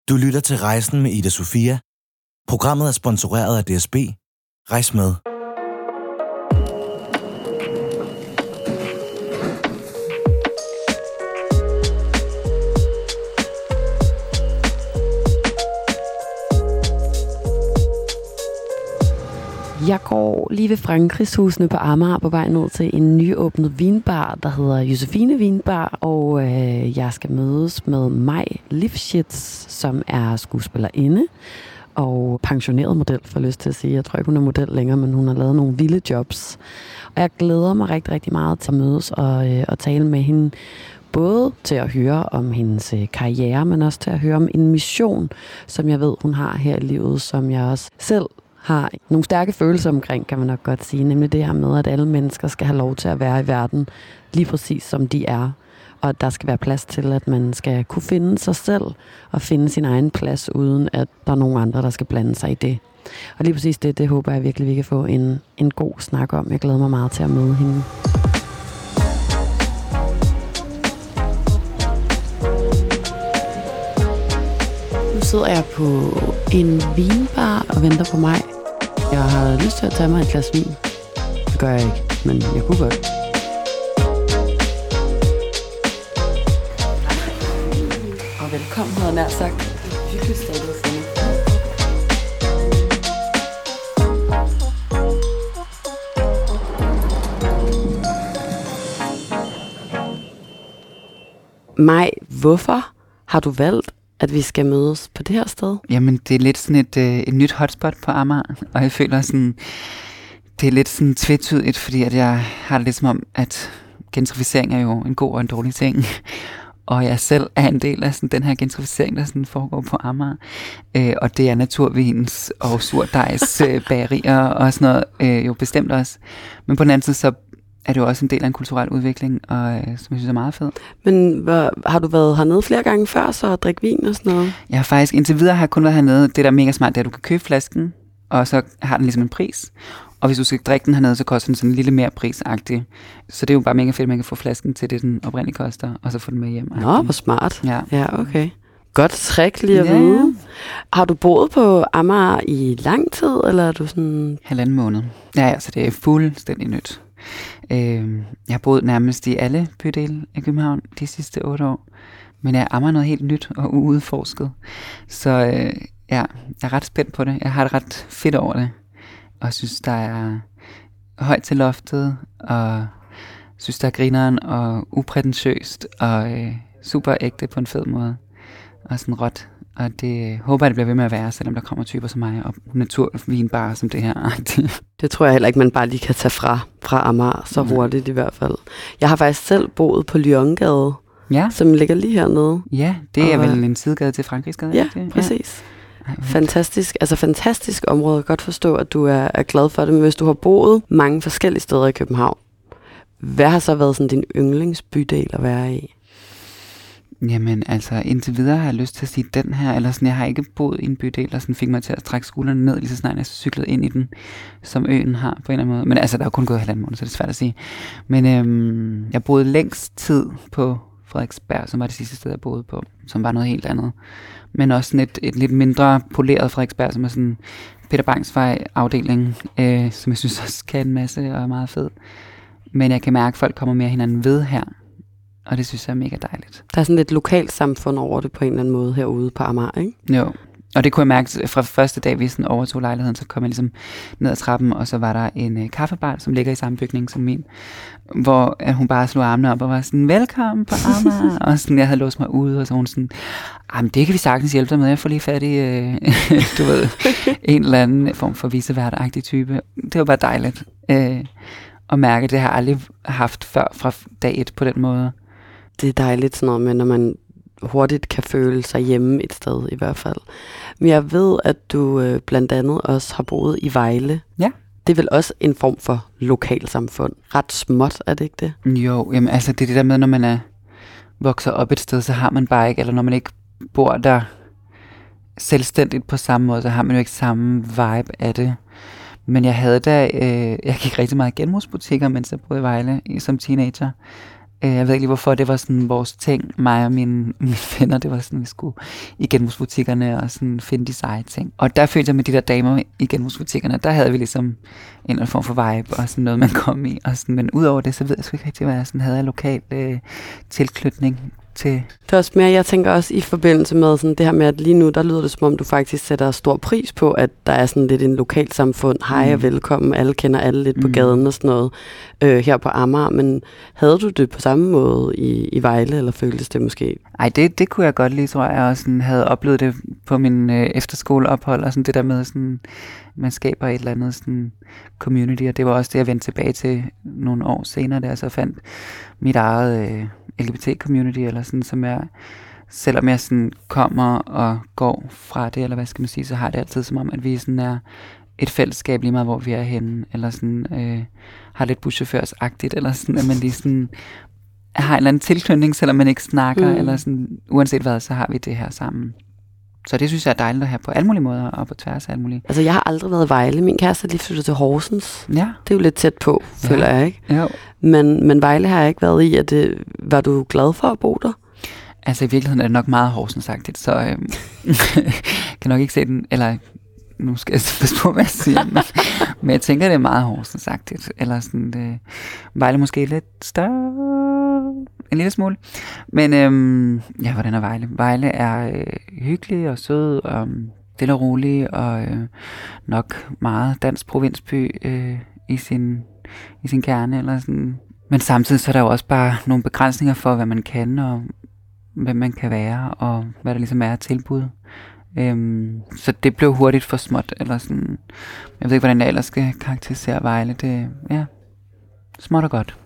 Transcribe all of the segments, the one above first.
Du lytter til Rejsen med Ida Sofia. Programmet er sponsoreret af DSB. Rejs med. Jeg går lige ved Frankrighshusene på Amager på vej ned til en nyåbnet vinbar, der hedder Josefine Vinbar, og jeg skal mødes med Maj Lifshitz, som er skuespillerinde og pensioneret model, for lyst til at sige. Jeg tror ikke, hun er model længere, men hun har lavet nogle vilde jobs. Og jeg glæder mig rigtig, rigtig meget til at mødes og tale med hende, både til at høre om hendes karriere, men også til at høre om en mission, som jeg ved, hun har her i livet, som jeg også selv har nogle stærke følelser omkring, kan man nok godt sige. Nemlig det her med, at alle mennesker skal have lov til at være i verden lige præcis som de er. Og at der skal være plads til, at man skal kunne finde sig selv og finde sin egen plads, uden at der er nogen andre, der skal blande sig i det. Og lige præcis det håber jeg virkelig, vi kan få en god snak om. Jeg glæder mig meget til at møde hende. Nu sidder jeg på en vinbar og venter på mig. Jeg har lyst til at tage mig et glas vin. Det gør jeg ikke, men jeg kunne godt. Og velkommen, havde jeg nær sagt. Det er hyggeligt sted, du har fundet. Maj, hvorfor har du valgt, at vi skal mødes på det her sted? Jamen, det er lidt sådan et nyt hotspot på Amager, og jeg føler sådan, det er lidt sådan tvetydigt, fordi at jeg har det lidt som om, at gentrificering er jo en god og en dårlig ting, og jeg selv er en del af sådan den her gentrificering, der sådan foregår på Amager, og det er naturvins og surdejs bagerier og sådan noget, jo bestemt også. Men på den anden side, så er det jo også en del af en kulturel udvikling, og som jeg synes er meget fed. Men har du været hernede flere gange før, så at drikke vin og sådan noget? Jeg har faktisk indtil videre kun været hernede. Det, der er mega smart, det er, at du kan købe flasken, og så har den ligesom en pris. Og hvis du skal drikke den hernede, så koster den sådan en lille mere prisagtig. Så det er jo bare mega fedt, at man kan få flasken til det, den oprindeligt koster, og så få den med hjem. Nå, hvor smart. Ja, okay. Godt trick lige at vide. Har du boet på Amager i lang tid, eller er du sådan... 1,5 måned. Ja, så det er fuldstændig nyt. Jeg har boet nærmest i alle bydele af København de sidste 8 år. Men jeg Amager noget helt nyt og uudforsket. Så jeg er ret spændt på det. Jeg har det ret fedt over det. Og synes, der er højt til loftet, og synes, der er grineren og uprætentiøst, og super ægte på en fed måde. Og sådan råt. Og det håber jeg, det bliver ved med at være, selvom der kommer typer som mig, og naturvinbarer som det her. Det tror jeg heller ikke, man bare lige kan tage fra Amager så hurtigt i hvert fald. Jeg har faktisk selv boet på Lyongade, som ligger lige hernede. Ja, det er vel en sidegade til Frankrigsgade. Ja, præcis. Fantastisk område. Jeg kan godt forstå, at du er glad for det, men hvis du har boet mange forskellige steder i København, hvad har så været sådan din yndlingsbydel at være i? Jamen, altså, indtil videre har jeg lyst til at sige den her, eller sådan, jeg har ikke boet i en bydel, der sådan fik mig til at trække skuldrene ned, lige så snart jeg cyklede ind i den, som øen har på en eller anden måde. Men altså, der er jo kun gået 1,5 måned, så det er svært at sige. Men jeg boede længst tid på Frederiksberg, som var det sidste sted, jeg boede på, som var noget helt andet. Men også sådan et lidt mindre poleret Frederiksberg, som er sådan Peter Bangs Vej afdeling, som jeg synes også kan en masse og er meget fed. Men jeg kan mærke, at folk kommer mere hinanden ved her. Og det synes jeg er mega dejligt. Der er sådan lidt lokalt samfund over det på en eller anden måde herude på Amager, ikke? Jo, og det kunne jeg mærke fra første dag, vi sådan overtog lejligheden, så kom jeg ligesom ned ad trappen, og så var der en kaffebar, som ligger i samme bygning som min, hvor hun bare slog armene op og var sådan, velkommen på Amager, og sådan, jeg havde låst mig ude, og så hun sådan, jamen det kan vi sagtens hjælpe dig med, jeg får lige fat i, du ved, en eller anden form for visevært-agtig type. Det var bare dejligt at mærke, det har jeg aldrig haft før fra dag 1 på den måde. Det er dejligt sådan noget med, når man hurtigt kan føle sig hjemme et sted i hvert fald. Men jeg ved, at du blandt andet også har boet i Vejle. Ja. Det er vel også en form for lokalsamfund. Ret småt, er det ikke det? Jo, jamen altså det er det der med, når man er vokser op et sted, så har man bare ikke, eller når man ikke bor der selvstændigt på samme måde, så har man jo ikke samme vibe af det. Men jeg havde da, jeg gik rigtig meget i genbrugsbutikker, mens jeg boede i Vejle som teenager. Jeg ved ikke lige, hvorfor det var sådan vores ting, mig og mine venner, det var sådan, vi skulle i genbrugsbutikkerne og sådan finde de seje ting. Og der følte jeg med de der damer i genbrugsbutikkerne, der havde vi ligesom en eller anden form for vibe og sådan noget, man kom i. Og sådan, men udover det, så ved jeg sgu ikke rigtig, hvad jeg sådan havde af lokal tilknytning til. Det er også mere, jeg tænker også i forbindelse med sådan det her med, at lige nu, der lyder det som om, du faktisk sætter stor pris på, at der er sådan lidt en lokalsamfund. Hej og velkommen, alle kender alle lidt på gaden og sådan noget her på Amager. Men havde du det på samme måde i Vejle, eller føltes det måske? Ej, det kunne jeg godt lide, tror jeg, og sådan havde oplevet det på min efterskoleophold, og sådan det der med, sådan, man skaber et eller andet sådan community, og det var også det, jeg vendte tilbage til nogle år senere, da jeg så fandt mit eget LGBT-community, eller sådan, som jeg, selvom jeg sådan kommer og går fra det, eller hvad skal man sige, så har det altid som om, at vi sådan er et fællesskab lige meget, hvor vi er henne, eller sådan har lidt buschaufførsagtigt, eller sådan, at man lige sådan har en eller anden tilknytning, selvom man ikke snakker, eller sådan, uanset hvad, så har vi det her sammen. Så det synes jeg er dejligt at have på alle mulige måder, og på tværs af alle mulige. Altså, jeg har aldrig været i Vejle. Min kæreste er lige flyttet til Horsens. Ja. Det er jo lidt tæt på, føler jeg, ikke? Jo. Men Vejle har jeg ikke været i. Var du glad for at bo der? Altså, i virkeligheden er det nok meget Horsensagtigt, så kan nok ikke se den, eller nu skal jeg passe på, hvad jeg siger, men jeg tænker, det er meget Horsensagtigt, eller sådan, Vejle måske lidt større, en lille smule, men ja, hvordan er Vejle? Vejle er hyggelig og sød, og stille og rolig, og nok meget dansk provinsby i sin kerne, eller sådan. Men samtidig så er der jo også bare nogle begrænsninger for, hvad man kan, og hvem man kan være, og hvad der ligesom er tilbud. Så det blev hurtigt for småt, eller sådan. Jeg ved ikke, hvordan jeg ellers skal karakterisere Vejle. Det ja, småt og godt.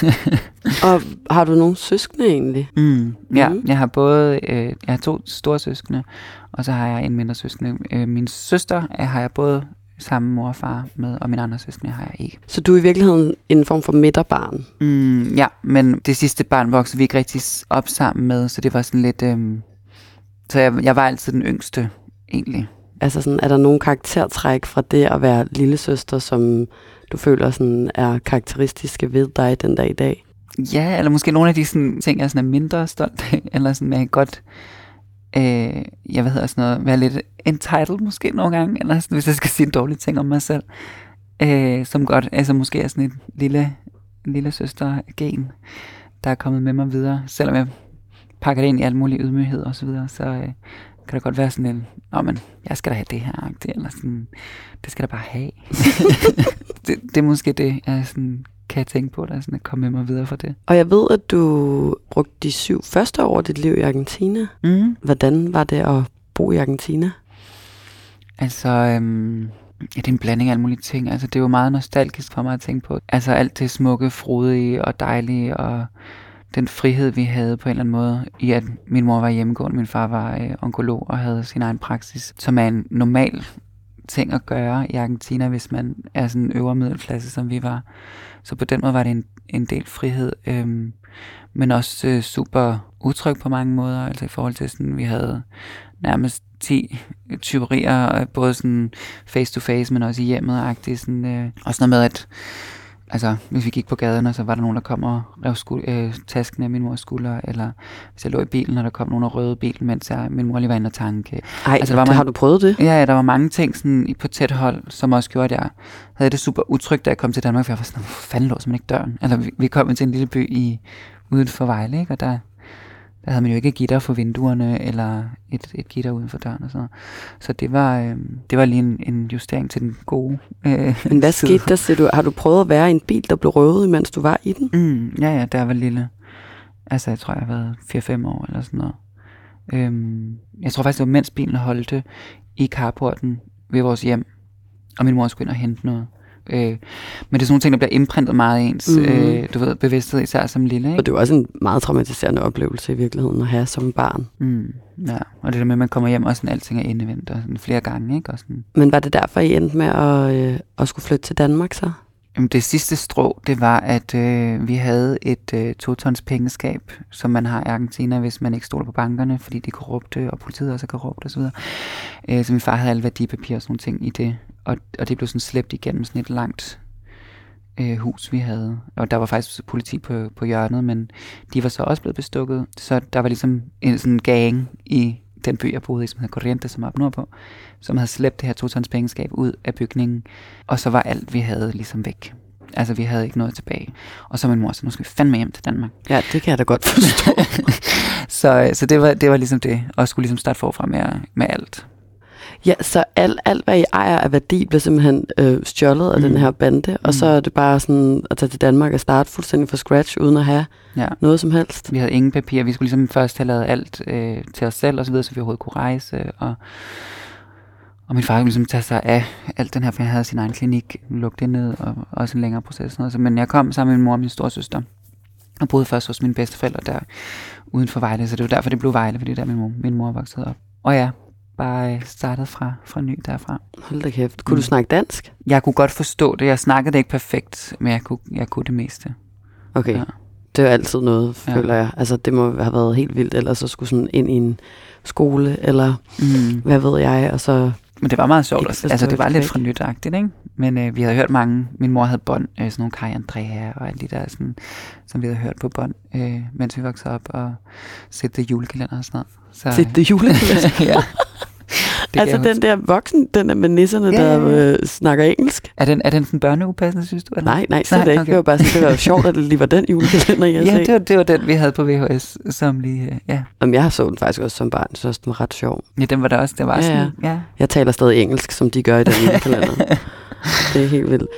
Og har du nogle søskende egentlig? Ja, jeg har 2 store søskende, og så har jeg en mindre søskende. Min søster har jeg både samme mor og far med, og min andre søskende har jeg ikke. Så du er i virkeligheden en form for midterbarn? Ja, men det sidste barn voksede vi ikke rigtig op sammen med, så det var sådan lidt. Så jeg var altid den yngste, egentlig. Altså sådan, er der nogle karaktertræk fra det at være lillesøster, som du føler sådan er karakteristiske ved dig den dag i dag? Ja, eller måske nogle af de sådan, ting, jeg sådan er mindre stolt af, eller sådan, jeg kan godt, være lidt entitled måske nogle gange, eller sådan, hvis jeg skal sige en dårlig ting om mig selv, som godt, altså måske er sådan et lille søster-gen, der er kommet med mig videre, selvom jeg pakker det ind i alle mulige ydmyghed og så videre, så kan det godt være sådan en, men jeg skal da have det her, eller sådan, det skal da bare have. det er måske det, jeg sådan kan tænke på, der sådan at komme med mig videre for det. Og jeg ved, at du brugte de 7 første år af dit liv i Argentina. Hvordan var det at bo i Argentina? Altså, det er en blanding af alle mulige ting. Altså, det er jo meget nostalgisk for mig at tænke på. Altså, alt det smukke, frodige og dejlige, og den frihed, vi havde på en eller anden måde, i at min mor var hjemmegående, min far var onkolog og havde sin egen praksis, som er en normal ting at gøre i Argentina, hvis man er sådan en øvre middelklasse, som vi var. Så på den måde var det en del frihed, men også super utryg på mange måder, altså i forhold til sådan, vi havde nærmest 10 tyverier, både sådan face to face, men også i hjemmet-agtigt, sådan, også noget med, at altså, hvis vi gik på gaden, og så var der nogen, der kom og rev tasken af min mors skulder, eller hvis jeg lå i bilen, og der kom nogen og røvede bilen, mens min mor lige var inde og tanke. Ej, altså, har du prøvet det? Ja, der var mange ting sådan, på tæt hold, som også gjorde, at jeg havde det super utrygt, da jeg kom til Danmark, for jeg var sådan, hvor fanden låser man ikke døren? Altså, vi kom til en lille by uden for Vejle, ikke? Og der havde man jo ikke gitter for vinduerne, eller et gitter uden for døren og sådan noget. Så det var lige en justering til den gode Men hvad skete der, siger du? Har du prøvet at være i en bil, der blev røvet, mens du var i den? Ja, der var lille. Altså, jeg tror, jeg har været 4-5 år, eller sådan noget. Jeg tror faktisk, det var mens bilen holdte i carporten ved vores hjem, og min mor skulle ind og hente noget. Men det er sådan nogle ting, der bliver imprintet meget i ens bevidsthed, især som lille. Ikke? Og det er jo også en meget traumatiserende oplevelse i virkeligheden at have som barn. Ja, og det der med, at man kommer hjem, og sådan alting er indevendt, og sådan flere gange. Ikke? Og sådan. Men var det derfor, I endte med at skulle flytte til Danmark så? Jamen, det sidste strå, det var, at vi havde et 2-tons pengeskab, som man har i Argentina, hvis man ikke stoler på bankerne, fordi de er korrupte, og politiet også er korrupt osv. Så min far havde alle værdipapirer og sådan nogle ting i det. Og det blev sådan slæbt igennem sådan et langt hus, vi havde. Og der var faktisk politi på hjørnet, men de var så også blevet bestukket. Så der var ligesom sådan en gang i den by, jeg boede i, som hed Corrientes, som er op nordpå, som havde slæbt det her 2 tons pengeskab ud af bygningen. Og så var alt, vi havde, ligesom væk. Altså, vi havde ikke noget tilbage. Og så min mor, så nu skal vi fandme hjem til Danmark. Ja, det kan jeg da godt forstå. så det var ligesom det, og skulle ligesom starte forfra med alt. Ja, så alt hvad I ejer af værdi, bliver simpelthen stjålet af den her bande, og så er det bare sådan at tage til Danmark og starte fuldstændig fra scratch, uden at have noget som helst. Vi havde ingen papir. Vi skulle ligesom først have lavet alt til os selv, og så videre, så vi overhovedet kunne rejse, og min far kunne ligesom tage sig af alt den her, for jeg havde sin egen klinik, lukket det ned, og også en længere proces. Og sådan. Men jeg kom sammen med min mor og min storesøster, og boede først hos mine bedsteforældre der, uden for Vejle, så det var derfor, det blev Vejle, fordi der min mor voksede op. Og ja, bare startet fra ny derfra. Hold da kæft. Kunne du snakke dansk? Jeg kunne godt forstå det. Jeg snakkede det ikke perfekt, men jeg kunne det meste. Okay. Ja. Det er jo altid noget, føler jeg. Altså, det må have været helt vildt, ellers så skulle sådan ind i en skole, eller hvad ved jeg, og så... Men det var meget sjovt også. Altså, det var lidt fra nytagtigt, ikke? Men vi havde hørt mange... Min mor havde bånd, sådan nogle Kai Andrea og alle de der, sådan, som vi havde hørt på bånd, mens vi voksede op, og sætte julekalender og sådan noget. Sætte julekalender? Ja. Altså den der voksen, den der med nisserne, der snakker engelsk. Er den sådan børneupassende, synes du? Eller? Nej, slet ikke. Okay. Det var bare sådan, det var jo sjovt, at det lige var den julekalender, jeg Ja, det var den, vi havde på VHS, som lige, Jamen, jeg har så den faktisk også som barn, så den var ret sjov. Ja, den var der også, det var sådan, ja. Jeg taler stadig engelsk, som de gør i den julekalender. Det er helt vildt.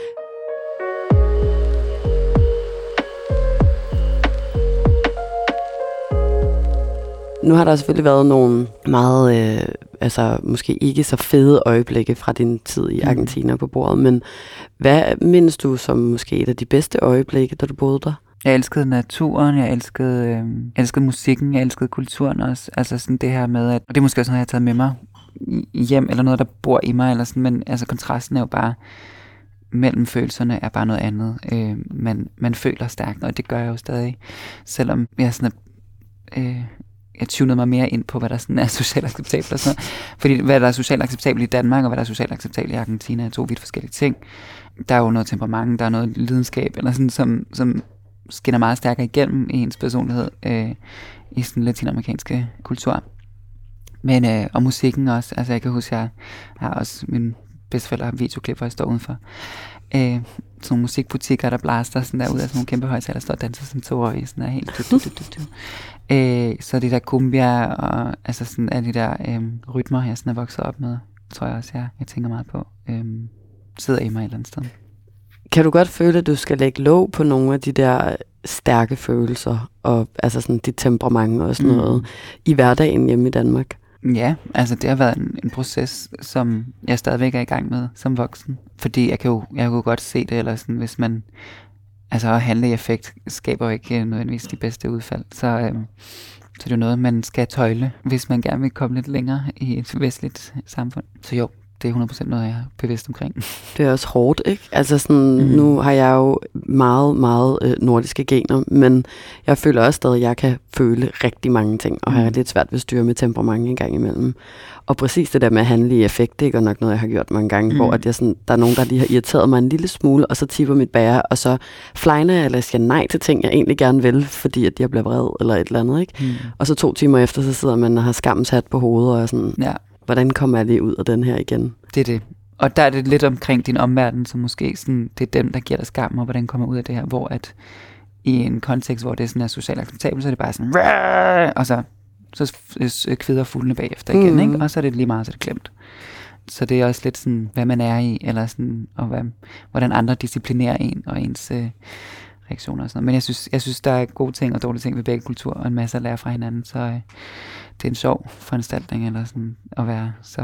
Nu har der selvfølgelig været nogle meget, måske ikke så fede øjeblikke fra din tid i Argentina på bordet, men hvad mindes du som måske et af de bedste øjeblikke, da du boede der? Jeg elskede naturen, jeg elskede musikken, jeg elskede kulturen også. Altså sådan det her med, og det er måske også noget, jeg har taget med mig hjem, eller noget, der bor i mig, eller sådan, men altså kontrasten er jo bare, mellem følelserne er bare noget andet. Man føler stærkt, og det gør jeg jo stadig, selvom jeg sådan jeg tunede mig mere ind på, hvad der sådan er socialt acceptabelt og sådan noget. Fordi hvad der er socialt acceptabelt i Danmark, og hvad der er socialt acceptabelt i Argentina, er 2 vidt forskellige ting. Der er jo noget temperament, der er noget lidenskab, eller sådan, som skinner meget stærkere igennem i ens personlighed i sådan latinamerikanske kultur. Men, og musikken også. Altså jeg kan huske, jeg har også min bedsteforældre har videoklip, hvor jeg står udenfor. Sådan nogle musikbutikker, der blaster sådan der ud af sådan nogle kæmpe højtaler, der står og danser som 2-årige, sådan der helt så det der cumbia og altså sådan alle de der rytmer, jeg sådan er vokset op med, tror jeg også, jeg tænker meget på, sidder i mig et eller andet sted. Kan du godt føle, at du skal lægge låg på nogle af de der stærke følelser, og altså sådan dit temperament og sådan noget, i hverdagen hjemme i Danmark? Ja, altså det har været en proces, som jeg stadigvæk er i gang med som voksen. Fordi jeg kunne godt se det, eller sådan, hvis man... Altså at handle i effekt skaber jo ikke nødvendigvis de bedste udfald. Så det er jo noget, man skal tøjle, hvis man gerne vil komme lidt længere i et vestligt samfund. Så jo, det er 100% noget, jeg er bevidst omkring. Det er også hårdt, ikke? Altså sådan, nu har jeg jo meget, meget nordiske gener, men jeg føler også stadig, at jeg kan føle rigtig mange ting, og har lidt svært ved at styre med temperament en gang imellem. Og præcis det der med at handle i effekt, det er godt nok noget, jeg har gjort mange gange, hvor at jeg sådan, der er nogen, der lige har irriteret mig en lille smule, og så tipper mit bære, og så flejner jeg, eller siger nej til ting, jeg egentlig gerne vil, fordi at jeg bliver vred, eller et eller andet, ikke? Og så 2 timer efter, så sidder man og har skammens hat på hovedet, og sådan... Ja. Hvordan kommer jeg lige ud af den her igen? Det er det. Og der er det lidt omkring din omverden, som måske sådan, det er dem, der giver dig skam, og hvordan kommer ud af det her, hvor at i en kontekst, hvor det sådan er socialt acceptabelt, så er det bare sådan, og så kvider fuglene bagefter igen, ikke? Og så er det lige meget, så er det glemt. Så det er også lidt sådan, hvad man er i, eller sådan, og hvordan andre disciplinerer en, og ens reaktioner og sådan noget. Men jeg synes, der er gode ting og dårlige ting ved begge kulturer, og en masse at lære fra hinanden, så det er en sjov foranstaltning, eller sådan, at være så,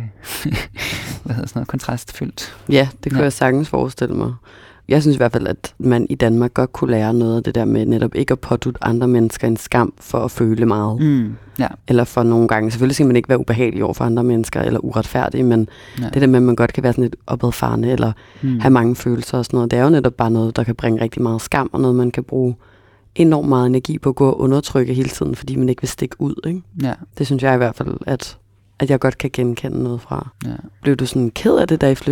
kontrastfyldt. Ja, det kunne jeg sagtens forestille mig. Jeg synes i hvert fald, at man i Danmark godt kunne lære noget af det der med netop ikke at pådutte andre mennesker en skam for at føle meget. Ja. Eller for nogle gange. Selvfølgelig skal man ikke være ubehagelig over for andre mennesker, eller uretfærdig, men det der med, at man godt kan være sådan lidt opadfarende, eller have mange følelser og sådan noget, det er jo netop bare noget, der kan bringe rigtig meget skam, og noget, man kan bruge enormt meget energi på at gå og undertrykke hele tiden, fordi man ikke vil stikke ud, ikke? Ja. Det synes jeg i hvert fald, at jeg godt kan genkende noget fra. Ja. Blev du sådan ked af det, da I flyttede?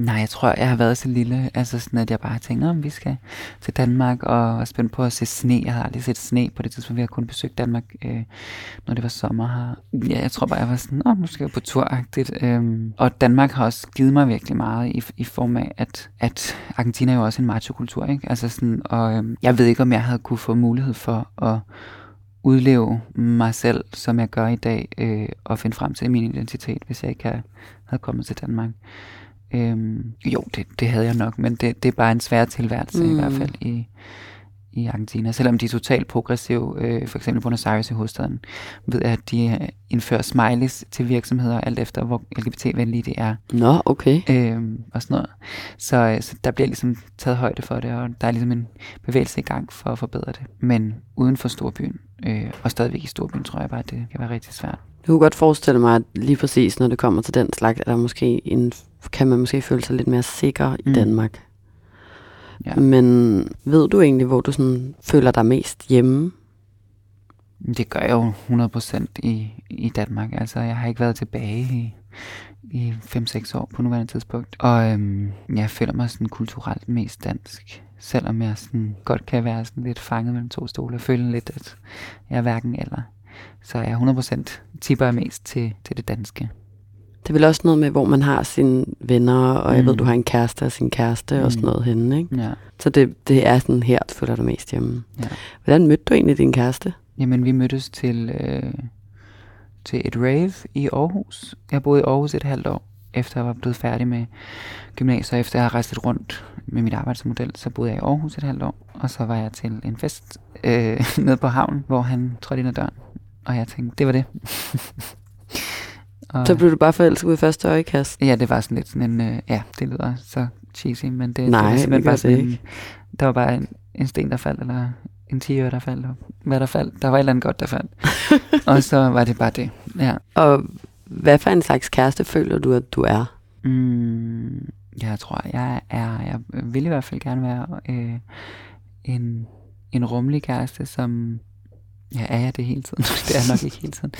Nej, jeg tror, jeg har været så lille, altså sådan, at jeg bare tænkte, om vi skal til Danmark, og var spændt på at se sne. Jeg havde aldrig set sne på det tidspunkt, vi havde kun besøgt Danmark, når det var sommer her. Ja, jeg tror bare, jeg var sådan, nu skal jeg på tur-agtigt. Og Danmark har også givet mig virkelig meget i form af, at Argentina er jo også en macho-kultur, ikke? Altså sådan, og jeg ved ikke, om jeg havde kunne få mulighed for at udleve mig selv, som jeg gør i dag, og finde frem til min identitet, hvis jeg ikke havde kommet til Danmark. Jo, det havde jeg nok, men det er bare en svær tilværelse i hvert fald i Argentina. Selvom de er totalt progressive, for eksempel Buenos Aires i hovedstaden, ved at de indfører smileys til virksomheder, alt efter hvor LGBT-venlige de er. Nå, okay. Og sådan noget. Så der bliver ligesom taget højde for det, og der er ligesom en bevægelse i gang for at forbedre det. Men uden for storbyen, og stadigvæk i storbyen, tror jeg bare, at det kan være rigtig svært. Jeg kunne godt forestille mig, at lige præcis når det kommer til den slags, kan man måske føle sig lidt mere sikker i Danmark. Ja. Men ved du egentlig, hvor du sådan føler dig mest hjemme? Det gør jeg jo 100% i Danmark. Altså, jeg har ikke været tilbage i 5-6 år på nuværende tidspunkt. Og jeg føler mig sådan kulturelt mest dansk. Selvom jeg sådan godt kan være sådan lidt fanget mellem to stole. Jeg føler lidt, at jeg er hverken eller. Så jeg 100% tipper jeg mest til det danske. Det er vel også noget med, hvor man har sine venner, og jeg ved, du har en kæreste og sin kæreste og sådan noget henne, ikke? Ja. Så det er sådan her, du føler dig mest hjemme. Ja. Hvordan mødte du egentlig din kæreste? Jamen, vi mødtes til et rave i Aarhus. Jeg boede i Aarhus et halvt år, efter jeg var blevet færdig med gymnasiet. Efter jeg havde rejst lidt rundt med mit arbejdsmodel, så boede jeg i Aarhus et halvt år. Og så var jeg til en fest nede på havnen, hvor han trådte ind ad døren. Og jeg tænkte, det var det. Så blev du bare forelsket ved første øjekast? Ja, det var sådan lidt sådan en... det lyder så cheesy, men det nej, var simpelthen bare sådan ikke. Der var bare en sten, der faldt, eller en tiger, der faldt, og hvad der faldt. Der var et eller andet godt, der faldt. Og så var det bare det, ja. Og hvad for en slags kæreste føler du, at du er? Jeg tror, jeg vil i hvert fald gerne være en rummelig kæreste, som... Ja, er jeg det hele tiden? Det er nok ikke hele tiden.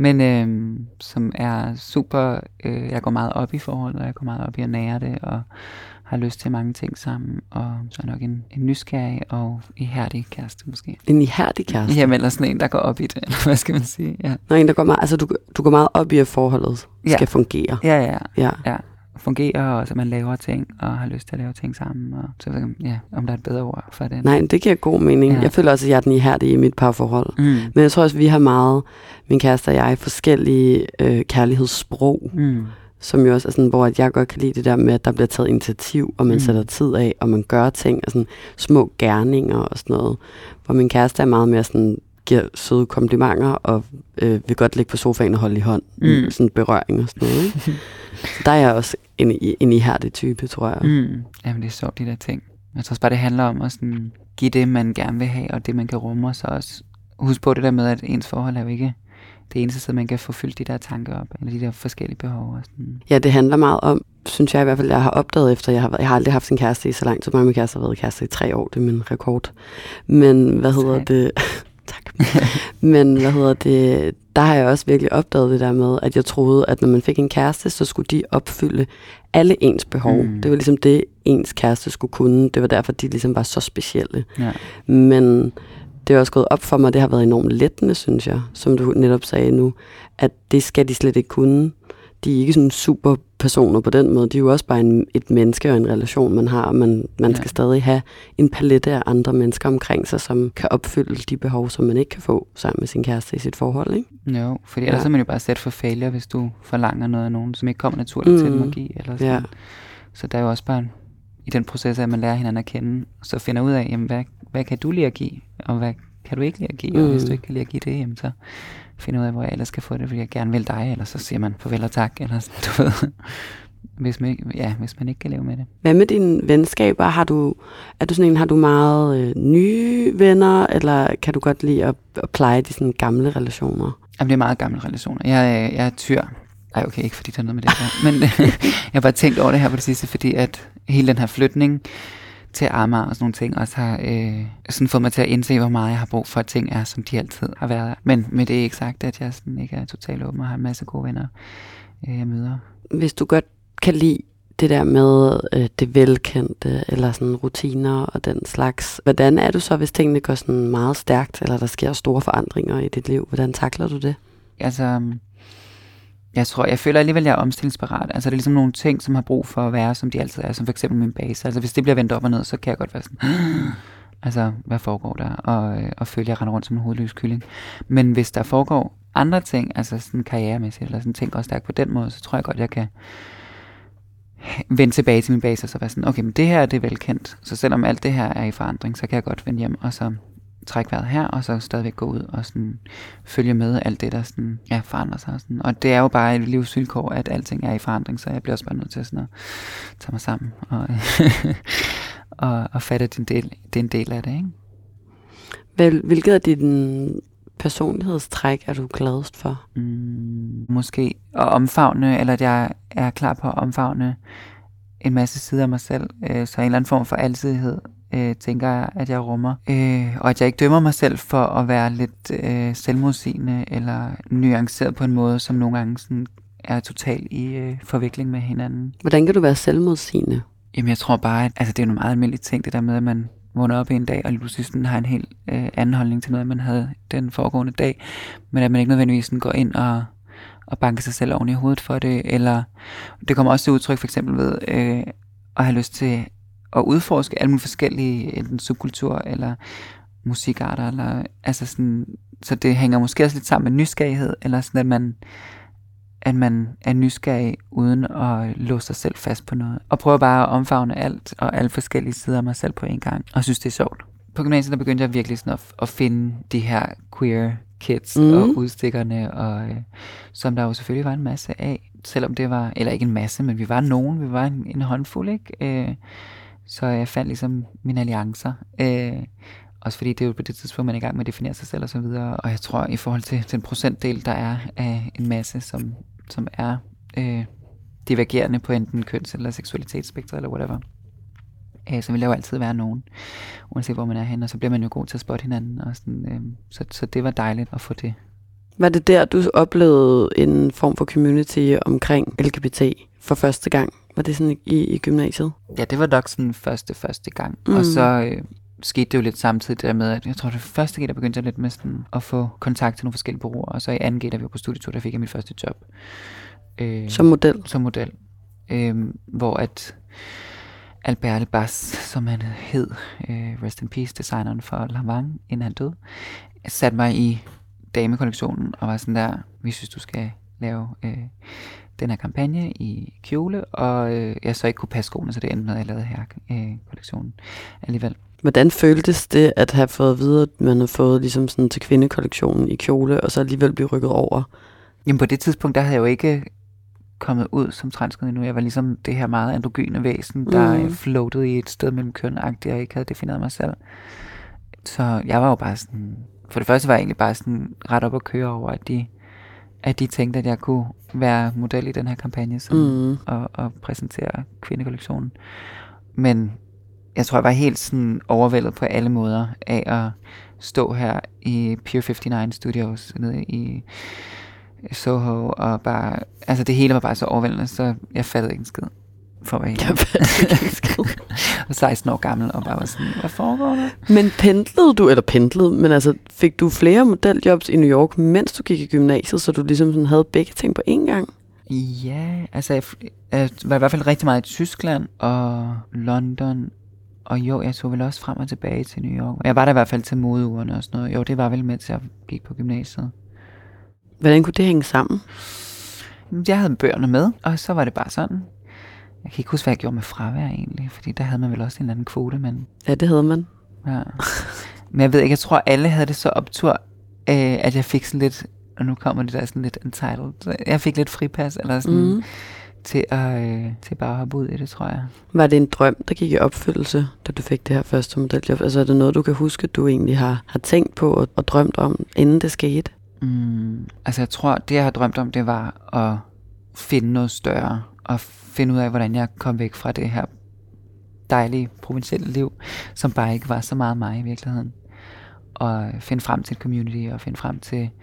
Men som er super... jeg går meget op i forholdet, og jeg går meget op i at nære det, og har lyst til mange ting sammen. Og så er nok en nysgerrig og ihærdig kæreste, måske. En ihærdig kæreste? Jamen, eller sådan en, der går op i det. Eller hvad skal man sige? Ja. Nå, en, der går meget... Altså, du går meget op i, at forholdet skal fungere. Ja. Fungerer, og så man laver ting, og har lyst til at lave ting sammen, og så ved jeg, om der er et bedre ord for det. Nej, det giver god mening. Ja. Jeg føler også, at jeg er den ihærdige i mit parforhold. Men jeg tror også, at vi har meget, min kæreste og jeg, forskellige kærlighedssprog, som jo også er sådan, hvor jeg godt kan lide det der med, at der bliver taget initiativ, og man sætter tid af, og man gør ting, og sådan små gerninger og sådan noget. Hvor min kæreste er meget mere sådan, giver søde komplimenter, og vil godt ligge på sofaen og holde i hånd. Sådan berøring og sådan noget, ikke? Så der er jeg også en ihærdig type, tror jeg. Jamen, det er sjovt, de der ting. Jeg tror også bare, det handler om at sådan give det, man gerne vil have, og det, man kan rumme, og så også husk på det der med, at ens forhold er jo ikke det eneste sted, man kan få fyldt de der tanker op, eller de der forskellige behov. Og sådan. Ja, det handler meget om, synes jeg i hvert fald, jeg har opdaget efter, jeg har aldrig haft en kæreste i så lang tid. Min kæreste har været kæreste i 3 år, det er min rekord. Men hvad hedder det... Tak. Men der har jeg også virkelig opdaget det der med, at jeg troede, at når man fik en kæreste, så skulle de opfylde alle ens behov. Det var ligesom det, ens kæreste skulle kunne. Det var derfor, de ligesom var så specielle. Ja. Men det er også gået op for mig, det har været enormt lettende, synes jeg, som du netop sagde nu, at det skal de slet ikke kunne. De er ikke sådan super personer på den måde. De er jo også bare et menneske og en relation, man har. Man skal stadig have en palette af andre mennesker omkring sig, som kan opfylde de behov, som man ikke kan få sammen med sin kæreste i sit forhold, ikke? Jo, fordi ellers er man jo bare sat for failure, hvis du forlanger noget af nogen, som ikke kommer naturligt til magi. Eller sådan. Ja. Så der er jo også bare i den proces, at man lærer hinanden at kende, og så finder ud af, jamen, hvad kan du lide at give, og hvad kan du ikke lide at give, og hvis du ikke kan lide at give det, jamen, så finder ud af, hvor jeg ellers skal få det, fordi jeg gerne vil dig, eller så siger man farvel og tak, eller sådan, du ved. Hvis man ikke kan leve med det. Hvad med dine venskaber? Har du meget nye venner, eller kan du godt lide at pleje de sådan gamle relationer? Jamen, det er meget gamle relationer. Jeg er tyr. Ej, okay, ikke fordi der er noget med det her. Men jeg har bare tænkt over det her på det sidste, fordi at hele den her flytning til Amager og sådan nogle ting også har sådan fået mig til at indse, hvor meget jeg har brug for, at ting er, som de altid har været. Men med det er ikke sagt, at jeg sådan ikke er totalt åben og har en masse gode venner, jeg møder. Hvis du godt kan lide det der med det velkendte, eller sådan rutiner og den slags. Hvordan er du så, hvis tingene går sådan meget stærkt, eller der sker store forandringer i dit liv? Hvordan takler du det? Altså, jeg føler alligevel, at jeg er omstillingsparat. Altså, det er ligesom nogle ting, som har brug for at være, som de altid er, som for eksempel min base. Altså, hvis det bliver vendt op og ned, så kan jeg godt være sådan, altså, hvad foregår der? Og føle, at jeg render rundt som en hovedløs kylling. Men hvis der foregår andre ting, altså sådan karrieremæssigt, eller sådan ting går stærkt på den måde, så tror jeg godt, jeg kan vende tilbage til min base, og så være sådan, okay, men det her, det er velkendt. Så selvom alt det her er i forandring, så kan jeg godt vende hjem, og så trække vejret her, og så stadigvæk gå ud og sådan følge med alt det, der sådan, forandrer sig. Og, sådan. Og det er jo bare et livsvilkår, at alting er i forandring, så jeg bliver også bare nødt til sådan at tage mig sammen og fatte, at det er en del af det, ikke? Hvilket af dine personlighedstræk er du gladest for? Måske at omfavne, eller at jeg er klar på at omfavne en masse sider af mig selv, så en eller anden form for alsidighed, tænker jeg, at jeg rummer. Og at jeg ikke dømmer mig selv for at være lidt selvmodsigende eller nuanceret på en måde, som nogle gange sådan er totalt i forvikling med hinanden. Hvordan kan du være selvmodsigende? Jamen jeg tror bare, at det er en meget almindelig ting, det der med, at man vågner op en dag, og lige pludselig sådan har en helt anden holdning til noget, man havde den foregående dag, men at man ikke nødvendigvis sådan går ind og banker sig selv oven i hovedet for det, eller det kommer også til udtryk for eksempel ved at have lyst til at udforske alle mulige forskellige enten subkulturer eller musikarter, eller altså sådan, så det hænger måske også lidt sammen med nysgerrighed, eller sådan at man er nysgerrig uden at låse sig selv fast på noget, og prøver bare at omfavne alt og alle forskellige sider af mig selv på en gang, og synes det er sjovt. På gymnasiet der begyndte jeg virkelig sådan at finde de her queer kids og udstikkerne, og som der jo selvfølgelig var en masse af, selvom det var, eller ikke en masse, men vi var nogen, vi var en håndfuld, ikke? Så jeg fandt ligesom mine alliancer. Også fordi det er jo på det tidspunkt, man er i gang med at definere sig selv og så videre. Og jeg tror, i forhold til den procentdel, der er af en masse, som er divergerende på enten køns- eller seksualitetsspektret eller whatever, så vil der jo altid være nogen, uanset hvor man er henne. Og så bliver man jo god til at spotte hinanden. Og sådan, så det var dejligt at få det. Var det der, du oplevede en form for community omkring LGBT for første gang? Var det sådan i gymnasiet? Ja, det var nok sådan første gang. Og så skete det jo lidt samtidig der med, at jeg tror, det første G, der begyndte jeg lidt med sådan at få kontakt til nogle forskellige bureauer. Og så i anden G, da vi var på studietur, der fik jeg mit første job. Som model? Som model. Hvor at Albert Lebas, som han hed, rest in peace, designeren for Lanvin, inden han døde, satte mig i damekollektionen og var sådan der, vi synes, du skal lave den her kampagne i kjole, og jeg så ikke kunne passe skoene, så det endte med, at jeg lavede her kollektionen alligevel. Hvordan føltes det at have fået at vide, at man havde fået ligesom sådan til kvindekollektionen i kjole, og så alligevel blive rykket over? Jamen på det tidspunkt, der havde jeg jo ikke kommet ud som transkønnet endnu. Jeg var ligesom det her meget androgyne væsen, der floatede i et sted mellem køn-agtigt, og ikke havde defineret mig selv. Så jeg var jo bare sådan, for det første var jeg egentlig bare sådan ret op at køre over, at de tænkte, at jeg kunne være model i den her kampagne og præsentere kvindekollektionen. Men jeg tror, jeg var helt sådan overvældet på alle måder af at stå her i Pier 59 Studios nede i Soho, og bare, altså det hele var bare så overvældende, så jeg fattede ikke en skid. For at være helt og 16 år gammel, og bare var sådan, hvad foregår der? Men men altså fik du flere modeljobs i New York, mens du gik i gymnasiet, så du ligesom sådan havde begge ting på én gang? Ja, altså jeg var i hvert fald rigtig meget i Tyskland og London, og jo, jeg tog vel også frem og tilbage til New York. Jeg var der i hvert fald til modeugerne og sådan noget. Jo, det var vel med til at gik på gymnasiet. Hvordan kunne det hænge sammen? Jeg havde bøgerne med, og så var det bare sådan. Jeg kan ikke huske, hvad jeg gjorde med fravær egentlig, fordi der havde man vel også en eller anden kvote, men... Ja, det havde man. Ja. Men jeg ved ikke, jeg tror alle havde det så optur, at jeg fik sådan lidt, og nu kommer det der sådan lidt entitled, så jeg fik lidt fripas, eller sådan, til bare at hoppe ud i det, tror jeg. Var det en drøm, der gik i opfyldelse, da du fik det her første modeljob? Altså er det noget, du kan huske, du egentlig har tænkt på og drømt om, inden det skete? Altså jeg tror, det jeg har drømt om, det var at finde noget større, og finde ud af, hvordan jeg kom væk fra det her dejlige, provincielle liv, som bare ikke var så meget mig i virkeligheden. Og finde frem til et community, og finde frem til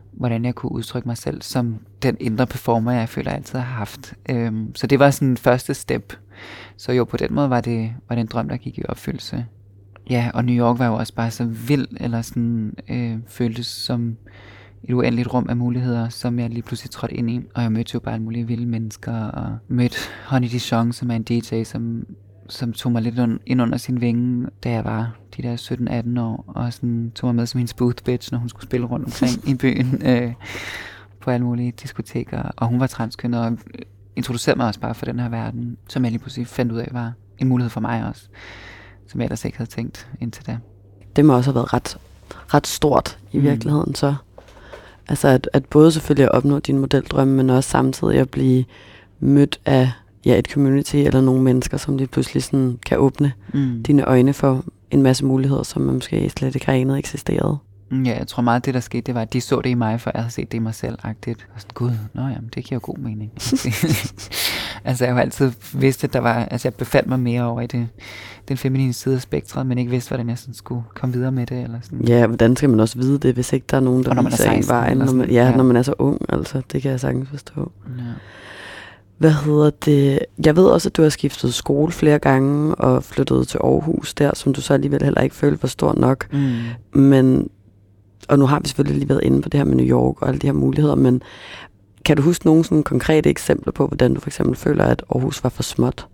hvordan jeg kunne udtrykke mig selv som den indre performer, jeg føler, jeg altid har haft. Så det var sådan en første step. Så jo, på den måde var det en drøm, der gik i opfyldelse. Ja, og New York var jo også bare så vild, eller sådan føltes som et uendeligt rum af muligheder, som jeg lige pludselig trådte ind i. Og jeg mødte jo bare alle mulige vilde mennesker, og mødte Honey Dijon, som er en DJ, som tog mig lidt ind under sin vinge, da jeg var de der 17-18 år, og sådan tog mig med som hendes booth bitch, når hun skulle spille rundt omkring i byen på alle mulige diskoteker. Og hun var transkønnet, og introducerede mig også bare for den her verden, som jeg lige pludselig fandt ud af var en mulighed for mig også, som jeg ellers ikke havde tænkt indtil da. Det må også have været ret stort i virkeligheden så. Altså at både selvfølgelig at opnå din modeldrømme, men også samtidig at blive mødt af et community eller nogle mennesker, som lige pludselig sådan kan åbne dine øjne for en masse muligheder, som man måske slet ikke har anet eksisterede. Ja, jeg tror meget, det der skete, det var, at de så det i mig, for jeg havde set det i mig selv-agtigt. Og sådan, gud, jamen, det giver jo god mening. Altså, jeg har jo altid vidst, at der var, altså, jeg befandt mig mere over i den feminine side af spektret, men ikke vidste, hvordan jeg sådan skulle komme videre med det. Eller sådan. Ja, hvordan skal man også vide det, hvis ikke der er nogen, der viser en vejen, når man er så ung, altså, det kan jeg sagtens forstå. Ja. Hvad hedder det? Jeg ved også, at du har skiftet skole flere gange og flyttet til Aarhus der, som du så alligevel heller ikke følte var stor nok. Men, og nu har vi selvfølgelig lige været inde på det her med New York og alle de her muligheder, men kan du huske nogle sådan konkrete eksempler på, hvordan du for eksempel føler, at Aarhus var for småt?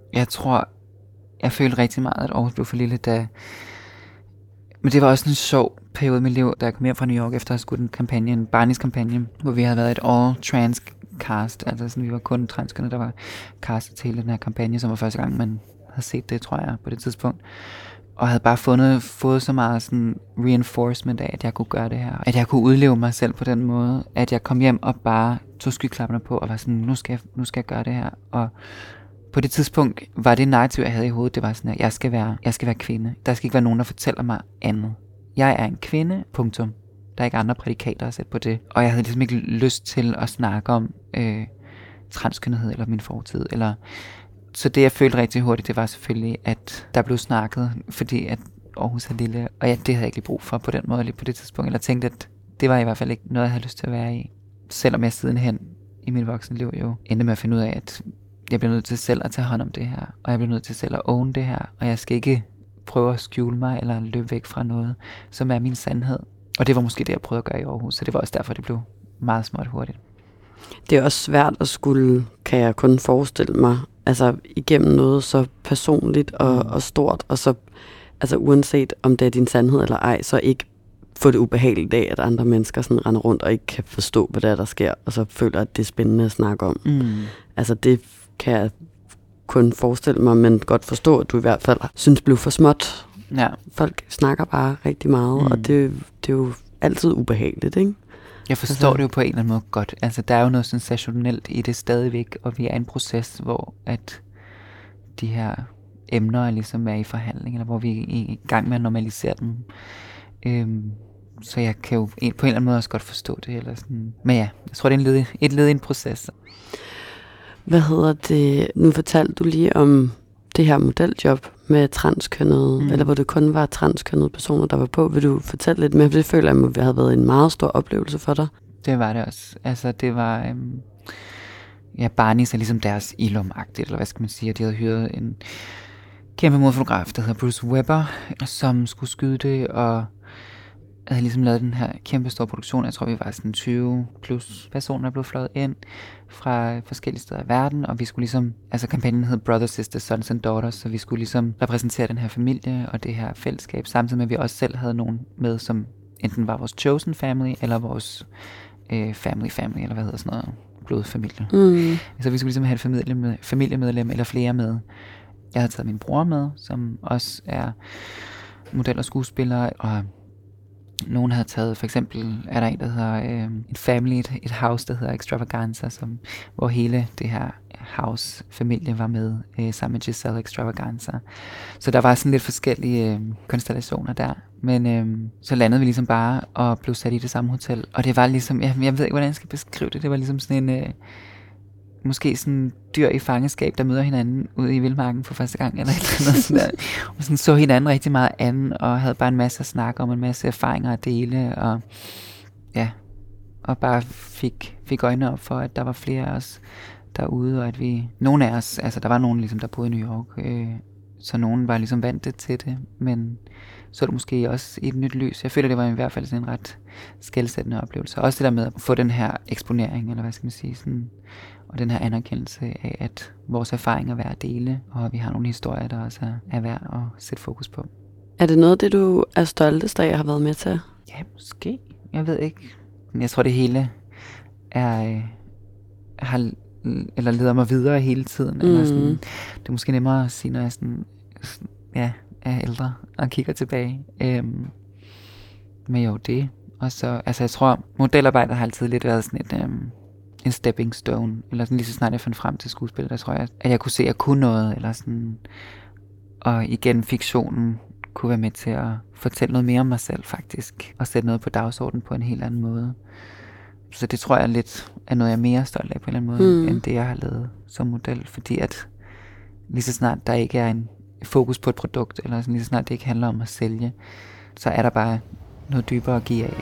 Jeg følte rigtig meget, at Aarhus blev for lille, men det var også en sjov periode i mit liv, da jeg kom hjem fra New York efter at have skudt en kampagne, en Barneys-kampagne, hvor vi havde været et all-trans cast, altså sådan, vi var kun transkønnede, der var castet til hele den her kampagne, som var første gang, man havde set det, tror jeg, på det tidspunkt. Og havde bare fået så meget sådan reinforcement af, at jeg kunne gøre det her. At jeg kunne udleve mig selv på den måde. At jeg kom hjem og bare tog skyklapperne på og var sådan, nu skal jeg gøre det her. Og på det tidspunkt var det narrativ, jeg havde i hovedet, det var sådan, at jeg skal være kvinde. Der skal ikke være nogen, der fortæller mig andet. Jeg er en kvinde, punktum. Der er ikke andre prædikater at sætte på det. Og jeg havde ligesom ikke lyst til at snakke om transkønnethed eller min fortid. Så det, jeg følte rigtig hurtigt, det var selvfølgelig, at der blev snakket, fordi at Aarhus er lille. Og det havde jeg ikke lige brug for på den måde lige på det tidspunkt. Eller tænkte, at det var i hvert fald ikke noget, jeg havde lyst til at være i. Selvom jeg sidenhen i mit voksne liv jo endte med at finde ud af, at jeg bliver nødt til selv at tage hånd om det her. Og jeg bliver nødt til selv at own det her. Og jeg skal ikke prøve at skjule mig eller løbe væk fra noget, som er min sandhed. Og det var måske det, jeg prøvede at gøre i Aarhus, så det var også derfor, det blev meget småt hurtigt. Det er også svært at skulle, kan jeg kun forestille mig, altså igennem noget så personligt og stort, og så altså uanset om det er din sandhed eller ej, så ikke få det ubehageligt af, at andre mennesker sådan render rundt og ikke kan forstå, hvad der sker, og så føler, at det er spændende at snakke om. Altså det kan jeg kun forestille mig, men godt forstå, at du i hvert fald synes blev for småt. Ja. Folk snakker bare rigtig meget, og det er jo altid ubehageligt, ikke? Jeg forstår det jo på en eller anden måde godt. Altså, der er jo noget sensationelt i det stadigvæk, og vi er i en proces, hvor at de her emner ligesom er i forhandling, eller hvor vi er i gang med at normalisere dem. Så jeg kan jo på en eller anden måde også godt forstå det. Eller sådan. Men ja, jeg tror, det er et led i en proces. Hvad hedder det? Nu fortalte du lige om det her modeljob med transkønnede, eller hvor det kun var transkønnede personer, der var på. Vil du fortælle lidt mere? Det føler jeg, at det havde været en meget stor oplevelse for dig. Det var det også. Altså, det var... Barneys er ligesom deres ilum-agtigt, eller hvad skal man sige. De havde hyret en kæmpe modfotograf, der hedder Bruce Weber, som skulle skyde det, og havde ligesom lavet den her kæmpe store produktion. Jeg tror, vi var sådan 20 plus personer, der blev fløjet ind fra forskellige steder i verden, og vi skulle ligesom, altså kampagnen hed Brothers, Sisters, Sons and Daughters, så vi skulle ligesom repræsentere den her familie og det her fællesskab, samtidig med, at vi også selv havde nogen med, som enten var vores chosen family, eller vores family, eller hvad hedder sådan noget, blodfamilie. Så vi skulle ligesom have et familiemedlem eller flere med. Jeg havde taget min bror med, som også er model og skuespiller, og nogen havde taget, for eksempel er der en, der hedder et family, et house, der hedder Extravaganza, hvor hele det her house-familie var med sammen med Giselle Extravaganza. Så der var sådan lidt forskellige konstellationer der. Men så landede vi ligesom bare og blev sat i det samme hotel. Og det var ligesom, jeg ved ikke, hvordan jeg skal beskrive det. Det var ligesom sådan en, måske sådan dyr i fangeskab, der møder hinanden ude i vildmarken for første gang, eller et eller andet sådan der. Og sådan så hinanden rigtig meget an, og havde bare en masse at snakke om, en masse erfaringer at dele, og ja, og bare fik øjnene op for, at der var flere af os derude, og at nogle af os, altså der var nogen ligesom, der boede i New York, så nogen var ligesom vant til det, men så er det måske også i et nyt lys. Jeg føler, det var i hvert fald sådan en ret skelsættende oplevelse. Også det der med at få den her eksponering, eller hvad skal man sige, sådan, og den her anerkendelse af, at vores erfaringer er værd at dele, og vi har nogle historier, der også er værd at sætte fokus på. Er det noget, det du er stoltest af, har været med til? Ja, måske. Jeg ved ikke. Jeg tror, det hele leder mig videre hele tiden. Eller sådan, det er måske nemmere at sige, når jeg er ældre og kigger tilbage. Men jo, det. Og så, altså jeg tror, modelarbejde har altid lidt været sådan en stepping stone. Eller sådan lige så snart jeg fandt frem til skuespil, der tror jeg, at jeg kunne se, at jeg kunne noget. Eller sådan, og igen, fiktionen kunne være med til at fortælle noget mere om mig selv, faktisk. Og sætte noget på dagsordenen på en helt anden måde. Så det tror jeg lidt er noget, jeg er mere stolt af på en eller anden måde, end det, jeg har lavet som model. Fordi at lige så snart der ikke er en fokus på et produkt, eller sådan, lige så snart det ikke handler om at sælge, så er der bare noget dybere at give af.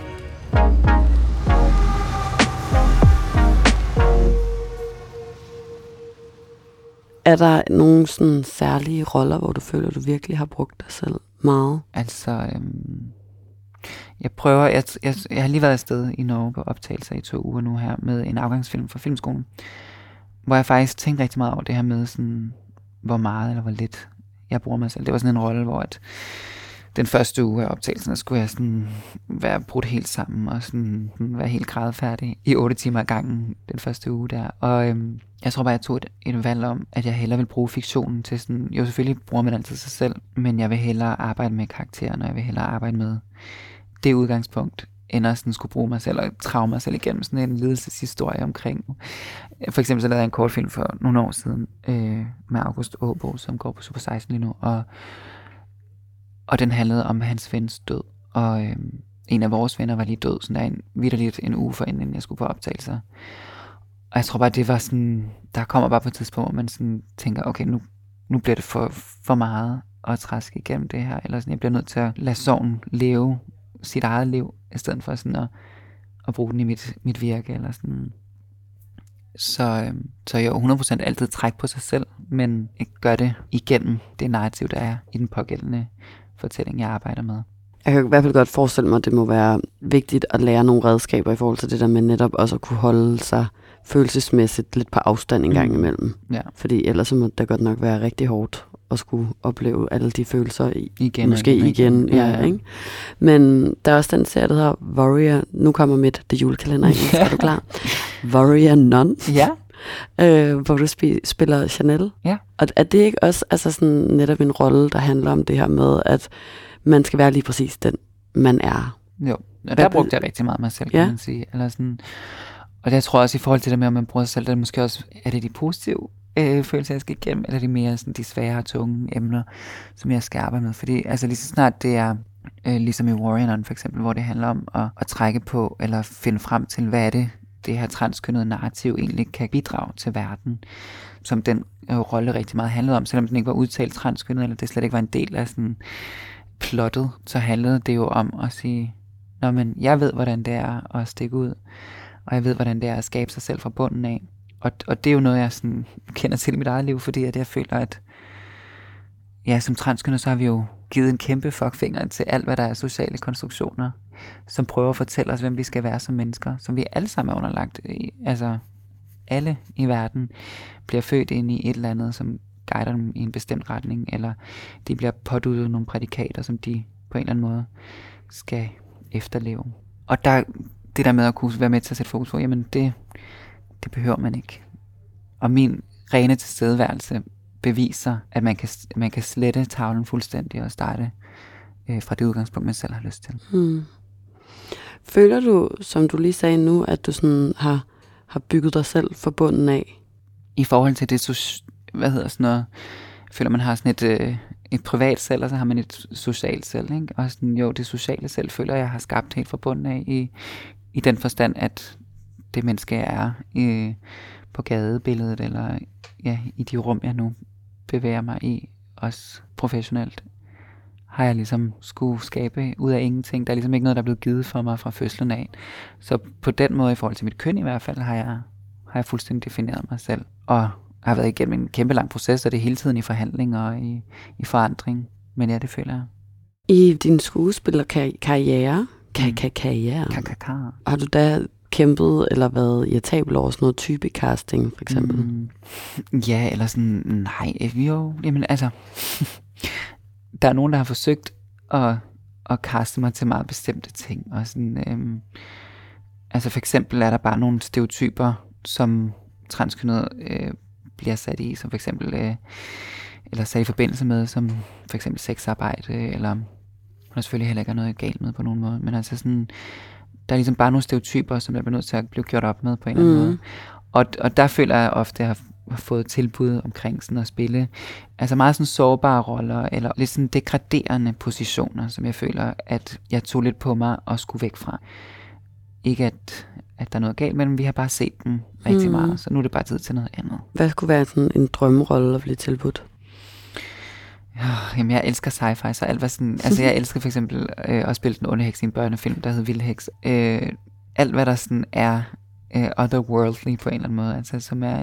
Er der nogle sådan særlige roller, hvor du føler, du virkelig har brugt dig selv meget? Altså, jeg prøver, jeg har lige været afsted i Norge på optagelser i 2 uger nu her, med en afgangsfilm fra Filmskolen, hvor jeg faktisk tænkte rigtig meget over det her med, sådan, hvor meget eller hvor lidt jeg bruger mig selv. Det var sådan en rolle, hvor at den første uge af optagelsen, der skulle jeg sådan være brudt helt sammen, og sådan være helt grædefærdig i 8 timer ad gangen den første uge der. Og jeg tror bare, jeg tog et valg om, at jeg hellere vil bruge fiktionen til sådan, jo selvfølgelig bruger man altid sig selv, men jeg vil hellere arbejde med karakteren, og jeg vil hellere arbejde med det udgangspunkt, end at sådan skulle bruge mig selv og trage mig selv igennem sådan en lidelseshistorie omkring. For eksempel så lavede jeg en kortfilm for nogle år siden med August Åbo, som går på Super 16 lige nu, og den handlede om hans vens død, og en af vores venner var lige død, sådan vitterligt en uge for inden jeg skulle på optagelser. Og jeg tror bare, det var sådan, der kommer bare på et tidspunkt, hvor man sådan tænker, okay, nu bliver det for meget at træske igennem det her, eller sådan, jeg bliver nødt til at lade sorgen leve sit eget liv, i stedet for sådan at bruge den i mit virke, eller sådan. Så jeg 100% altid træk på sig selv, men ikke gør det igennem det narrativ, der er i den pågældende fortælling, jeg arbejder med. Jeg kan i hvert fald godt forestille mig, at det må være vigtigt at lære nogle redskaber i forhold til det der med netop også at kunne holde sig følelsesmæssigt lidt på afstand en gang imellem. Ja. Fordi ellers så må det godt nok være rigtig hårdt at skulle opleve alle de følelser igen. Ja, ikke? Men der er også den serie, der hedder Warrior. Nu kommer det julekalender ind. Er du klar? Warrior Nun. Ja. Hvor du spiller Chanel. Ja. Og er det ikke også altså sådan netop en rolle, der handler om det her med, at man skal være lige præcis den, man er? Jo, og der brugte jeg rigtig meget mig selv, kan man sige. Eller sådan. Og jeg tror også i forhold til det med, at man bruger sig selv, der måske også, er det de positive følelser, jeg skal igennem, eller er det mere sådan de svære og tunge emner, som jeg skal arbejde med. Fordi altså lige så snart det er, ligesom i Warrior for eksempel, hvor det handler om at trække på, eller finde frem til, hvad er det her transkønnede narrativ egentlig kan bidrage til verden, som den rolle rigtig meget handlede om, selvom den ikke var udtalt transkønnet, eller det slet ikke var en del af sådan plottet, så handlede det jo om at sige, nå, men jeg ved, hvordan det er at stikke ud, og jeg ved, hvordan det er at skabe sig selv fra bunden af. Og det er jo noget, jeg sådan kender til i mit eget liv, fordi at jeg føler, at ja, som transkønnet, så har vi jo givet en kæmpe fuckfinger til alt, hvad der er sociale konstruktioner, som prøver at fortælle os, hvem vi skal være som mennesker, som vi alle sammen er underlagt i. Altså, alle i verden bliver født ind i et eller andet, som guider dem i en bestemt retning, eller de bliver påduttet nogle prædikater, som de på en eller anden måde skal efterleve. Og det der med at kunne være med til at sætte fokus på, jamen det behøver man ikke. Og min rene tilstedeværelse beviser, at man kan slette tavlen fuldstændig og starte fra det udgangspunkt, man selv har lyst til. Føler du, som du lige sagde nu, at du sådan har bygget dig selv fra bunden af? I forhold til det, jeg føler man har sådan et privat selv, og så har man et socialt selv, ikke? Og sådan, jo, det sociale selv føler jeg har skabt helt fra bunden af i den forstand, at det menneske jeg er på gadebilledet, eller ja, i de rum, jeg nu bevæger mig i, også professionelt, har jeg ligesom skulle skabe ud af ingenting. Der er ligesom ikke noget, der er blevet givet for mig fra fødslen af. Så på den måde, i forhold til mit køn i hvert fald, har jeg fuldstændig defineret mig selv. Og har været igennem en kæmpe lang proces, og det er hele tiden i forhandling og i forandring. Men ja, det føler jeg. I din skuespillerkarriere, har du da kæmpet eller været irritabel over sådan noget typecasting, for eksempel? Ja, eller sådan, nej, jo, jamen altså, der er nogen, der har forsøgt at kaste mig til meget bestemte ting, og sådan, altså for eksempel er der bare nogle stereotyper, som transkønnet bliver sat i, som for eksempel, eller sat i forbindelse med, som for eksempel sexarbejde, eller der selvfølgelig heller ikke er noget galt med på nogen måde, men altså sådan, der er ligesom bare nogle stereotyper, som jeg bliver nødt til at blive gjort op med på en eller anden måde. Og der føler jeg ofte, at jeg har fået tilbud omkring sådan at spille, altså meget sådan sårbare roller, eller lidt sådan degraderende positioner, som jeg føler, at jeg tog lidt på mig og skulle væk fra. Ikke at der er noget galt, men vi har bare set dem rigtig meget, så nu er det bare tid til noget andet. Hvad skulle være sådan en drømmerolle at blive tilbudt? Jamen, jeg elsker sci-fi, så alt var sådan, altså jeg elsker for eksempel at spille den onde heks i en børnefilm, der hedder Vildheks. Alt hvad der sådan er otherworldly på en eller anden måde, altså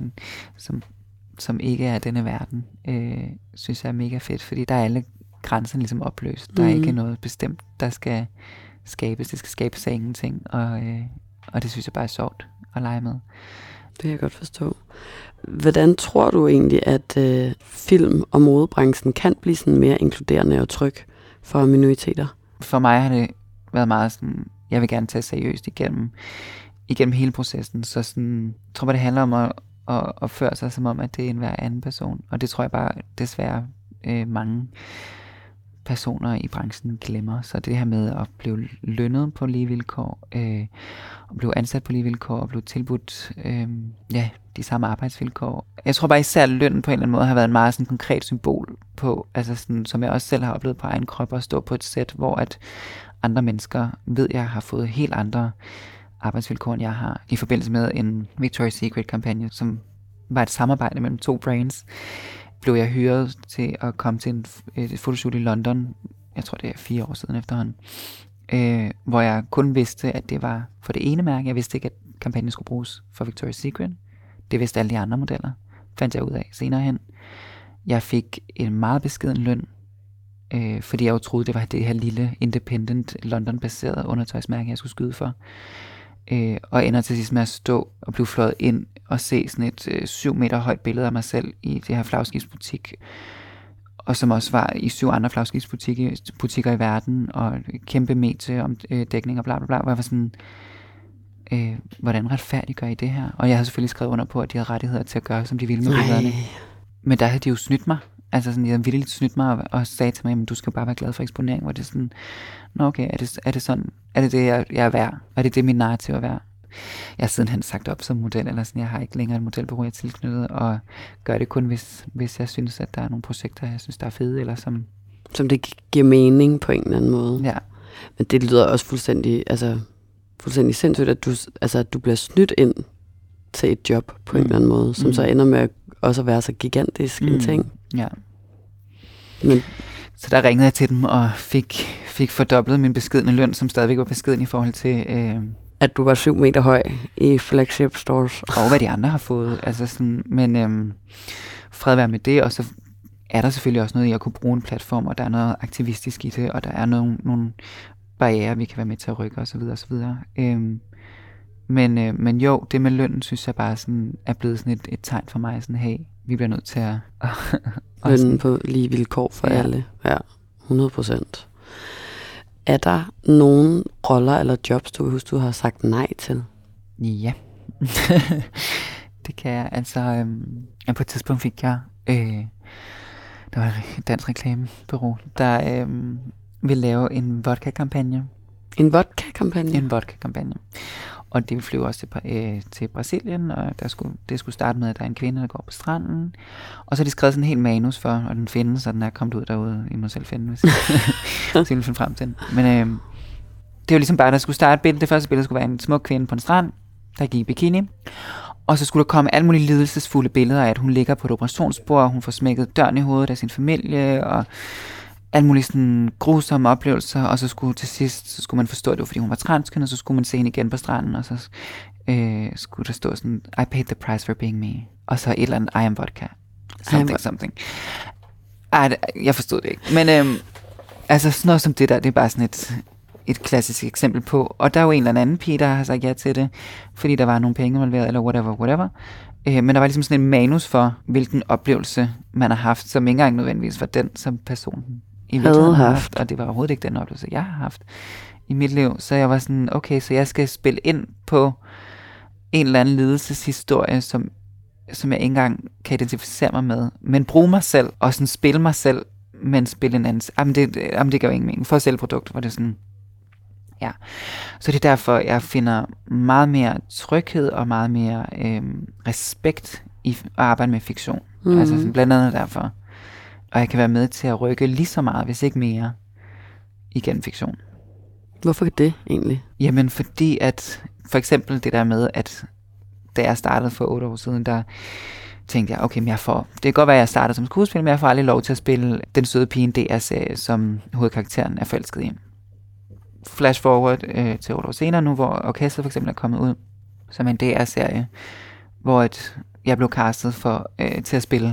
som ikke er denne verden, synes jeg er mega fedt, fordi der er alle grænserne ligesom opløst. Der er ikke noget bestemt, der skal skabes. Det skal skabes af ingenting, og det synes jeg bare er sjovt at lege med. Det kan jeg godt forstå. Hvordan tror du egentlig, at film- og modebranchen kan blive sådan mere inkluderende og tryg for minoriteter? For mig har det været meget sådan, jeg vil gerne tage seriøst igennem hele processen. Så sådan, jeg tror bare, det handler om at opføre sig som om, at det er en hver anden person. Og det tror jeg bare desværre mange personer i branchen glemmer. Så det her med at blive lønnet på lige vilkår, og blive ansat på lige vilkår, og blive tilbudt de samme arbejdsvilkår. Jeg tror bare især lønnen på en eller anden måde har været en meget sådan konkret symbol på, altså sådan, som jeg også selv har oplevet på egen krop, at stå på et sæt, hvor at andre mennesker ved, jeg har fået helt andre arbejdsvilkår, end jeg har, i forbindelse med en Victoria's Secret-kampagne, som var et samarbejde mellem 2 brands. Blev jeg hyret til at komme til et fotoshoot i London, jeg tror det er 4 år siden efterhånden, hvor jeg kun vidste, at det var for det ene mærke. Jeg vidste ikke, at kampagnen skulle bruges for Victoria's Secret. Det vidste alle de andre modeller, fandt jeg ud af senere hen. Jeg fik en meget beskeden løn, fordi jeg jo troede, det var det her lille, independent, London-baserede undertøjsmærke, jeg skulle skyde for. Og ender til sidst med at stå og blive fløjet ind og se sådan et 7 meter højt billede af mig selv i det her flagskibsbutik, og som også var i 7 andre flagskibsbutikker i verden, og kæmpe medie om dækning og bla bla bla, hvor jeg var sådan, hvordan retfærdiggør I det her? Og jeg havde selvfølgelig skrevet under på, at de havde rettigheder til at gøre, som de ville med billederne. Men der havde de jo snydt mig. Altså sådan, de havde virkelig snydt mig og sagde til mig, men du skal bare være glad for eksponering, hvor det er sådan, nå okay, er det sådan, er det jeg er værd? Er det min narrativ er værd? Jeg har sidenhen sagt op som model, eller sådan, jeg har ikke længere et modelbureau, jeg er tilknyttet, og gør det kun, hvis jeg synes, at der er nogle projekter, jeg synes, der er fede, eller som det giver mening på en eller anden måde. Ja. Men det lyder også fuldstændig sindssygt, at du bliver snydt ind til et job på en eller anden måde, som så ender med også at være så gigantisk en ting. Ja. Men så der ringede jeg til dem og fik fordoblet min beskedne løn, som stadigvæk var beskeden i forhold til at du var 7 meter høj i flagship stores. Og hvad de andre har fået. Altså sådan, men fred være med det, og så er der selvfølgelig også noget i at kunne bruge en platform, og der er noget aktivistisk i det, og der er nogle barrierer, vi kan være med til at rykke osv. osv. Men jo, det med lønnen, synes jeg bare sådan, er blevet sådan et tegn for mig, sådan, hey, vi bliver nødt til at lønnen på lige vilkår for alle. Ja, 100%. Er der nogle roller eller jobs, du husker, du har sagt nej til? Ja, det kan jeg. Altså, på et tidspunkt fik jeg, der var et dansk reklamebureau, der ville lave en vodka-kampagne. En vodka-kampagne? En vodka-kampagne. Og det ville flyve også til Brasilien, og det skulle starte med, at der er en kvinde, der går på stranden. Og så har de skrevet sådan en hel manus for, og den findes, og den er kommet ud derude. I må selv finde, hvis jeg vil finde frem til den. Men det var ligesom bare, der skulle starte et billede. Det første billede skulle være en smuk kvinde på en strand, der gik i bikini. Og så skulle der komme alle mulige lidelsesfulde billeder af, at hun ligger på et operationsbord, og hun får smækket døren i hovedet af sin familie, og alle mulige sådan grusomme oplevelser, og så skulle til sidst, så skulle man forstå, at det var, fordi hun var transkønnet, og så skulle man se hende igen på stranden, og så skulle der stå sådan, I paid the price for being me. Og så et eller andet, I am vodka. Something. Ej, jeg forstod det ikke. Men altså sådan noget som det der, det er bare sådan et klassisk eksempel på. Og der er jo en eller anden pige, der har sagt ja til det, fordi der var nogle penge involveret, eller whatever. Men der var ligesom sådan en manus for, hvilken oplevelse man har haft, som ikke engang nødvendigvis var den, som personen i virkeligheden har haft. Og det var overhovedet ikke den oplevelse, jeg har haft i mit liv. Så jeg var sådan, okay, så jeg skal spille ind på en eller anden lidelseshistorie, som jeg ikke engang kan identificere mig med, men bruge mig selv, og sådan spille mig selv, men spille en anden. Jamen det gør jo ingen mening. For at sælge produkter, var det sådan, ja. Så det er derfor, jeg finder meget mere tryghed, og meget mere respekt i at arbejde med fiktion. Altså sådan, blandt andet derfor. Og jeg kan være med til at rykke lige så meget, hvis ikke mere, igennem fiktion. Hvorfor det egentlig? Jamen fordi at, for eksempel det der med, at da jeg startede for 8 år siden, der tænkte jeg, okay, men det kan godt være, at jeg startede som skuespiller, men jeg får aldrig lov til at spille den søde pige en DR-serie, som hovedkarakteren er forelsket i. Flash forward til 8 år senere nu, hvor Orkestret for eksempel er kommet ud som en DR-serie, hvor jeg blev castet til at spille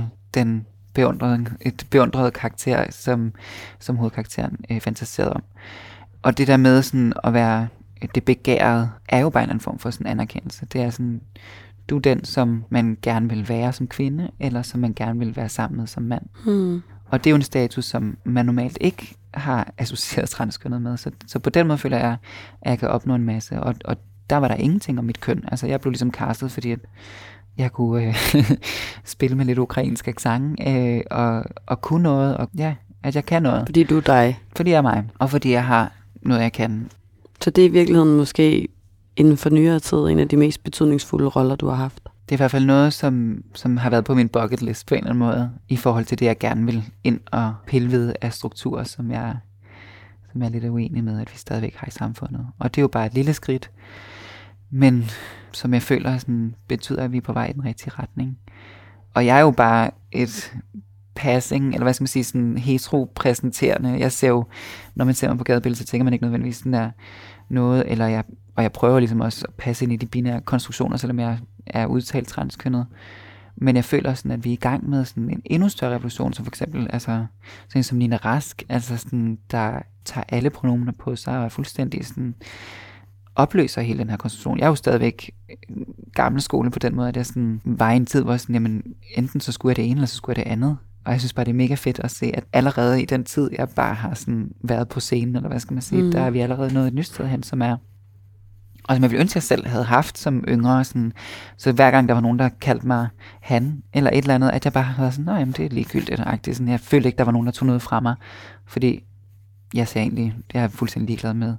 et beundrede karakter, som hovedkarakteren fantaserede om. Og det der med sådan at være det begærede, er jo bare en anden form for sådan anerkendelse. Det er sådan, du er den, som man gerne vil være som kvinde, eller som man gerne vil være sammen med som mand. Og det er jo en status, som man normalt ikke har associeret transkønnet med. Så på den måde føler jeg, at jeg kan opnå en masse. Og der var der ingenting om mit køn. Altså jeg blev ligesom castet, fordi at jeg kunne spille med lidt ukrainsk accent, og kunne noget, og ja, at jeg kan noget. Fordi du er dig. Fordi jeg er mig, og fordi jeg har noget, jeg kan. Så det er i virkeligheden måske inden for nyere tid en af de mest betydningsfulde roller, du har haft? Det er i hvert fald noget, som har været på min bucket list på en eller anden måde, i forhold til det, jeg gerne vil ind og pille ved af strukturer, som jeg er lidt uenig med, at vi stadigvæk har i samfundet. Og det er jo bare et lille skridt, men som jeg føler sådan, betyder, at vi er på vej i den rigtige retning. Og jeg er jo bare et passing, eller hvad skal man sige, sådan hetero-præsenterende. Jeg ser jo, når man ser mig på gadebilledet, så tænker man ikke nødvendigvis sådan der noget, og jeg prøver ligesom også at passe ind i de binære konstruktioner, selvom jeg er udtalt transkønnet. Men jeg føler sådan, at vi er i gang med sådan en endnu større revolution, som for eksempel, altså sådan som Nina Rask, altså sådan, der tager alle pronomener på sig og er fuldstændig sådan opløser hele den her konstruktion. Jeg er jo stadigvæk gammel skole på den måde, at jeg sådan var i en tid, hvor sådan, jamen, enten så skulle jeg det ene, eller så skulle jeg det andet. Og jeg synes bare, det er mega fedt at se, at allerede i den tid, jeg bare har sådan været på scenen, eller hvad skal man sige, der er vi allerede nået et nyt sted hen, som er, og som jeg ville ønske, jeg selv havde haft som yngre. Sådan, så hver gang der var nogen, der kaldte mig han, eller et eller andet, at jeg bare havde sådan, nej, det er ligegyldigt. Sådan, jeg følte ikke, der var nogen, der tog noget fra mig, fordi jeg er fuldstændig ligeglad med,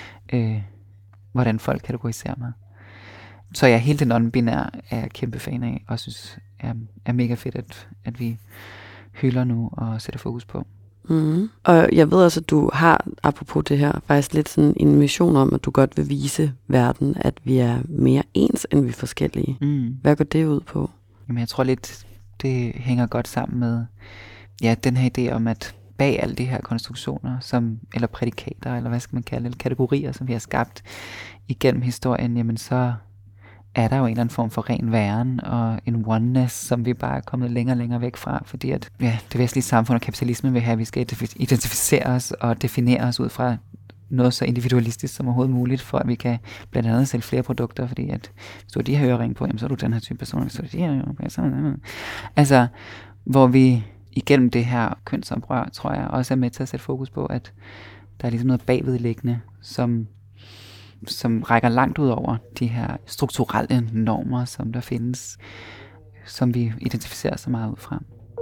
hvordan folk kategoriserer mig. Så jeg hele den non-binære er jeg kæmpe fan af, og synes er mega fedt, at vi hylder nu og sætter fokus på. Og jeg ved også, at du har, apropos det her, faktisk lidt sådan en mission om, at du godt vil vise verden, at vi er mere ens, end vi er forskellige. Hvad går det ud på? Jamen, jeg tror lidt, det hænger godt sammen med den her idé om, at bag alle de her konstruktioner, eller prædikater, eller hvad skal man kalde det, eller kategorier, som vi har skabt igennem historien, jamen så er der jo en eller anden form for ren væren og en oneness, som vi bare er kommet længere og længere væk fra, fordi at det vestlige samfund og kapitalismen vil have, at vi skal identificere os og definere os ud fra noget så individualistisk som overhovedet muligt, for at vi kan blandt andet sælge flere produkter, fordi at hvis du har de her øreringe på, jamen, så er du den her type person, hvis du har de her øreringe på, så altså, hvor vi igennem det her kønsoprør, tror jeg, også er med til at sætte fokus på, at der er ligesom noget bagvedliggende, som rækker langt ud over de her strukturelle normer, som der findes, som vi identificerer så meget ud fra.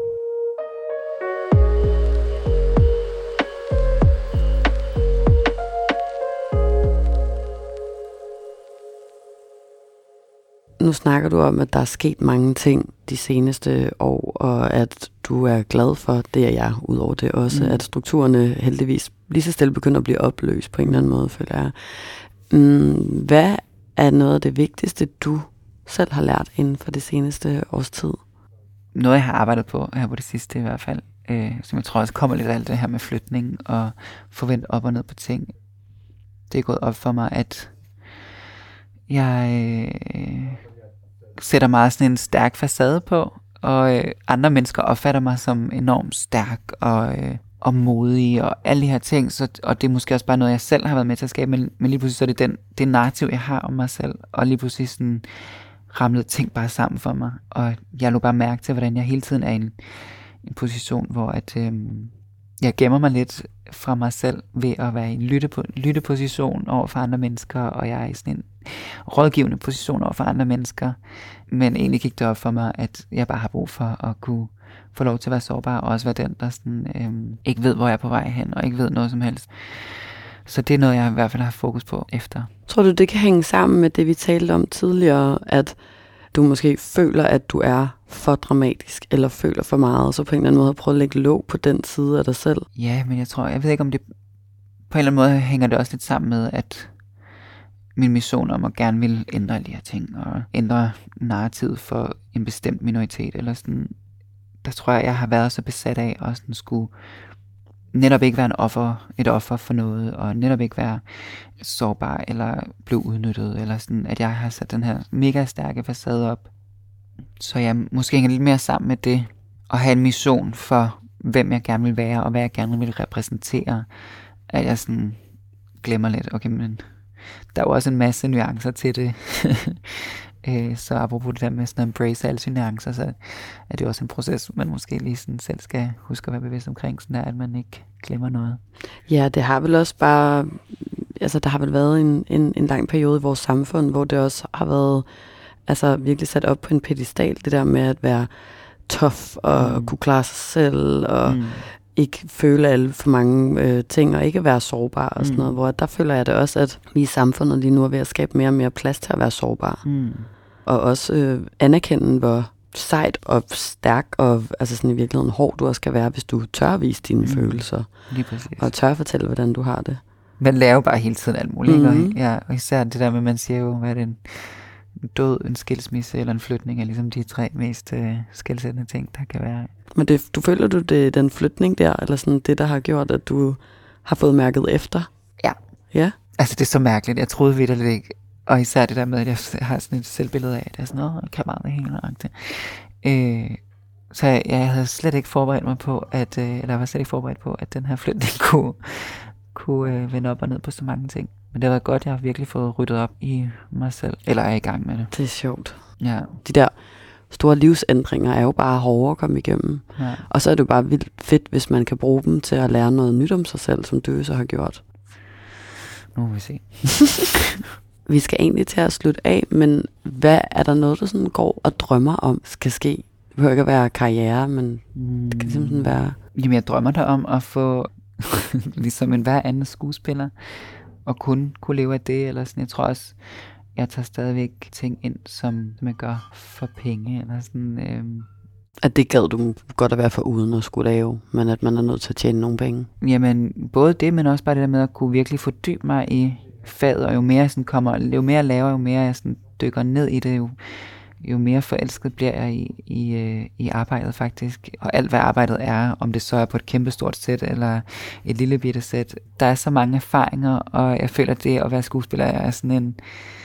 Nu snakker du om, at der er sket mange ting de seneste år, og at du er glad for, det er jeg, udover det også, at strukturerne heldigvis lige så stille begynder at blive opløst på en eller anden måde, føler jeg. Hvad er noget af det vigtigste, du selv har lært inden for det seneste års tid? Noget, jeg har arbejdet på her på det sidste i hvert fald, som jeg tror også kommer lidt af alt det her med flytning og forvente op og ned på ting. Det er gået op for mig, at jeg sætter meget sådan en stærk facade på, og andre mennesker opfatter mig som enormt stærk og modig og alle de her ting, og det er måske også bare noget, jeg selv har været med til at skabe, men lige pludselig så er det det narrativ, jeg har om mig selv, og lige pludselig sådan ramlede ting bare sammen for mig, og jeg lå bare mærke til, hvordan jeg hele tiden er i en position, hvor at jeg gemmer mig lidt fra mig selv ved at være i en lytteposition over for andre mennesker, og jeg er i sådan en rådgivende position over for andre mennesker. Men egentlig gik det op for mig, at jeg bare har brug for at kunne få lov til at være sårbar, og også være den, der sådan, ikke ved, hvor jeg er på vej hen, og ikke ved noget som helst. Så det er noget, jeg i hvert fald har fokus på efter. Tror du, det kan hænge sammen med det, vi talte om tidligere, at du måske føler, at du er for dramatisk, eller føler for meget, så på en eller anden måde har prøvet at lægge låg på den side af dig selv? Ja, men jeg ved ikke, om det på en eller anden måde hænger det også lidt sammen med, at min mission om at gerne vil ændre de her ting, og ændre narrativet for en bestemt minoritet, eller sådan, der tror jeg har været så besat af, at sådan skulle netop ikke være et offer for noget, og netop ikke være sårbar, eller blive udnyttet, eller sådan, at jeg har sat den her mega stærke facade op. Så jeg måske hænger lidt mere sammen med det, og have en mission for, hvem jeg gerne vil være, og hvad jeg gerne vil repræsentere, at jeg sådan glemmer lidt, okay, men der er jo også en masse nuancer til det. Så apropos det der med sådan at embrace alle sine nuancer, så er det også en proces, man måske lige sådan selv skal huske at være bevidst omkring, sådan der, at man ikke glemmer noget. Ja, det har vel også bare, altså der har vel været en lang periode i vores samfund, hvor det også har været altså virkelig sat op på en pedestal, det der med at være tough og kunne klare sig selv og ikke føle alle for mange ting og ikke være sårbar og sådan noget, hvor der føler jeg det også, at vi i samfundet lige nu er ved at skabe mere og mere plads til at være sårbar. Og også anerkende, hvor sejt og stærk og altså sådan i virkeligheden hård du også skal være, hvis du tør at vise dine følelser. Lige præcis. Og tør at fortælle, hvordan du har det. Man lærer jo bare hele tiden alt muligt. Og især det der med, man siger jo, hvad er det, en død, en skilsmisse eller en flytning er ligesom de 3 mest skelsættende ting, der kan være. Men du føler du det er den flytning der, eller sådan det, der har gjort, at du har fået mærket efter? Ja? Altså det er så mærkeligt. Jeg troede vitterligt ikke. Og især det der med, at jeg har sådan et selvbillede af, at jeg er sådan, jeg kan meget det hele nøjagtigt. Så jeg havde slet ikke forberedt mig på, eller var slet ikke forberedt på, at den her flytning kunne vende op og ned på så mange ting. Men det har været godt, jeg har virkelig fået ryddet op i mig selv, eller er i gang med det. Det er sjovt. Ja. De der store livsændringer er jo bare hårde at komme igennem. Ja. Og så er det jo bare vildt fedt, hvis man kan bruge dem til at lære noget nyt om sig selv, som du så har gjort. Nu må vi se. Vi skal egentlig til at slutte af, men hvad er der noget, du sådan går og drømmer om skal ske? Det behøver ikke at være karriere, men det kan simpelthen være... Jamen, jeg drømmer der om at få, ligesom en hver anden skuespiller, og kunne leve af det, eller sådan. Jeg tror også, jeg tager stadigvæk ting ind, som jeg gør for penge, eller sådan... At det gad du godt at være for uden at skulle lave, men at man er nødt til at tjene nogle penge? Jamen, både det, men også bare det der med at kunne virkelig fordybe mig i faget, og jo mere sådan jo mere jeg laver, jo mere jeg sådan dykker ned i det, jo mere forelsket bliver jeg i arbejdet faktisk. Og alt hvad arbejdet er, om det så er på et kæmpestort sæt eller et lille bitte sæt, der er så mange erfaringer, og jeg føler, at det at være skuespiller er sådan en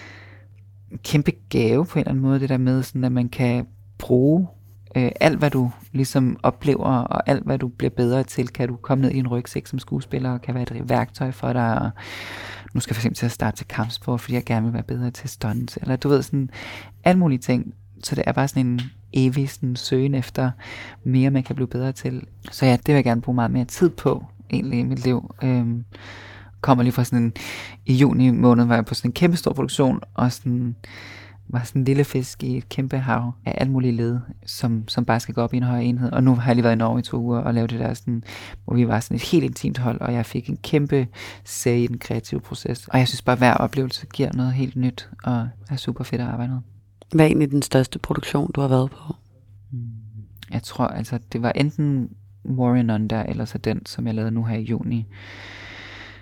kæmpe gave på en eller anden måde, det der med, sådan at man kan bruge alt hvad du ligesom oplever, og alt hvad du bliver bedre til, kan du komme ned i en rygsæk som skuespiller, og kan være et værktøj for dig, og nu skal jeg for eksempel til at starte til kampsport, fordi jeg gerne vil være bedre til stunts, eller du ved, sådan alle mulige ting. Så det er bare sådan en evig sådan søgen efter mere, man kan blive bedre til. Så ja, det vil jeg gerne bruge meget mere tid på, egentlig i mit liv. Kommer lige fra sådan en, i juni måned var jeg på sådan en kæmpe stor produktion, og sådan var sådan en lille fisk i et kæmpe hav af alle mulige led, som bare skal gå op i en højere enhed. Og nu har jeg lige været i Norge i 2 uger og lavet det der sådan, hvor vi var sådan et helt intimt hold, og jeg fik en kæmpe sag i den kreative proces. Og jeg synes bare, at hver oplevelse giver noget helt nyt, og er super fedt at arbejde med. Hvad er egentlig den største produktion, du har været på? Jeg tror, altså, det var enten Warrior Under, eller så den, som jeg lavede nu her i juni.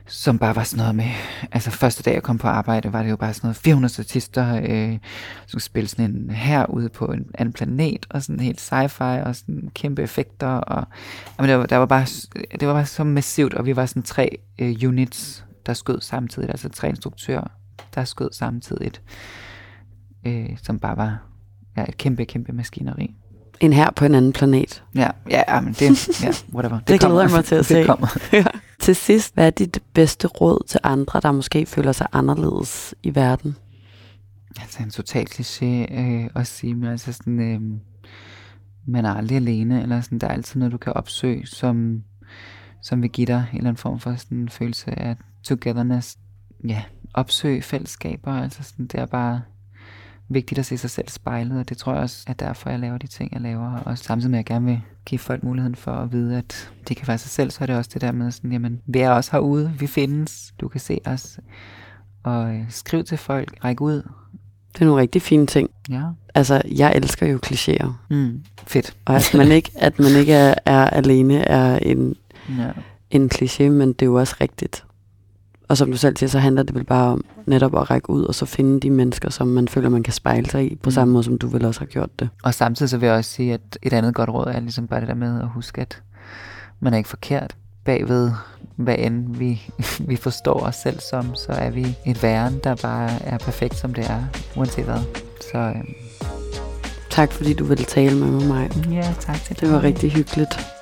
som bare var sådan noget med, altså første dag jeg kom på arbejde, var det jo bare sådan noget 400 statister, som spille sådan en her ude på en anden planet, og sådan helt sci-fi, og sådan kæmpe effekter, og det var bare så massivt, og vi var sådan 3 units, der skød samtidig, altså 3 instruktører, der skød samtidigt, som bare var et kæmpe maskineri. En her på en anden planet. Ja, men det, whatever. Det glæder jeg mig til at se. Det kommer. Ja. Til sidst, hvad er dit bedste råd til andre, der måske føler sig anderledes i verden? Altså en total kliché at sige, men altså sådan, man er aldrig alene, eller sådan, der er altid noget, du kan opsøge, som vil give dig en eller anden form for sådan en følelse af togetherness. Ja, opsøge fællesskaber, altså sådan, det er bare vigtigt at se sig selv spejlet, og det tror jeg også er derfor, jeg laver de ting, jeg laver, og samtidig med, at jeg gerne vil give folk muligheden for at vide, at de kan være sig selv, så er det også det der med sådan, jamen, vi er også herude, vi findes, du kan se os, og skriv til folk, ræk ud. Det er nogle rigtig fine ting. Ja. Altså, jeg elsker jo klichéer. Fedt. Og at man ikke er alene er en kliché, men det er jo også rigtigt. Og som du selv siger, så handler det vel bare om netop at række ud, og så finde de mennesker, som man føler, man kan spejle sig i, på samme måde, som du vel også har gjort det. Og samtidig så vil jeg også sige, at et andet godt råd er ligesom bare det der med at huske, at man er ikke forkert. Bagved, hvad end vi forstår os selv som, så er vi et væren, der bare er perfekt, som det er, uanset hvad. Så tak fordi du ville tale med mig. Ja, tak til dig. Det var rigtig hyggeligt.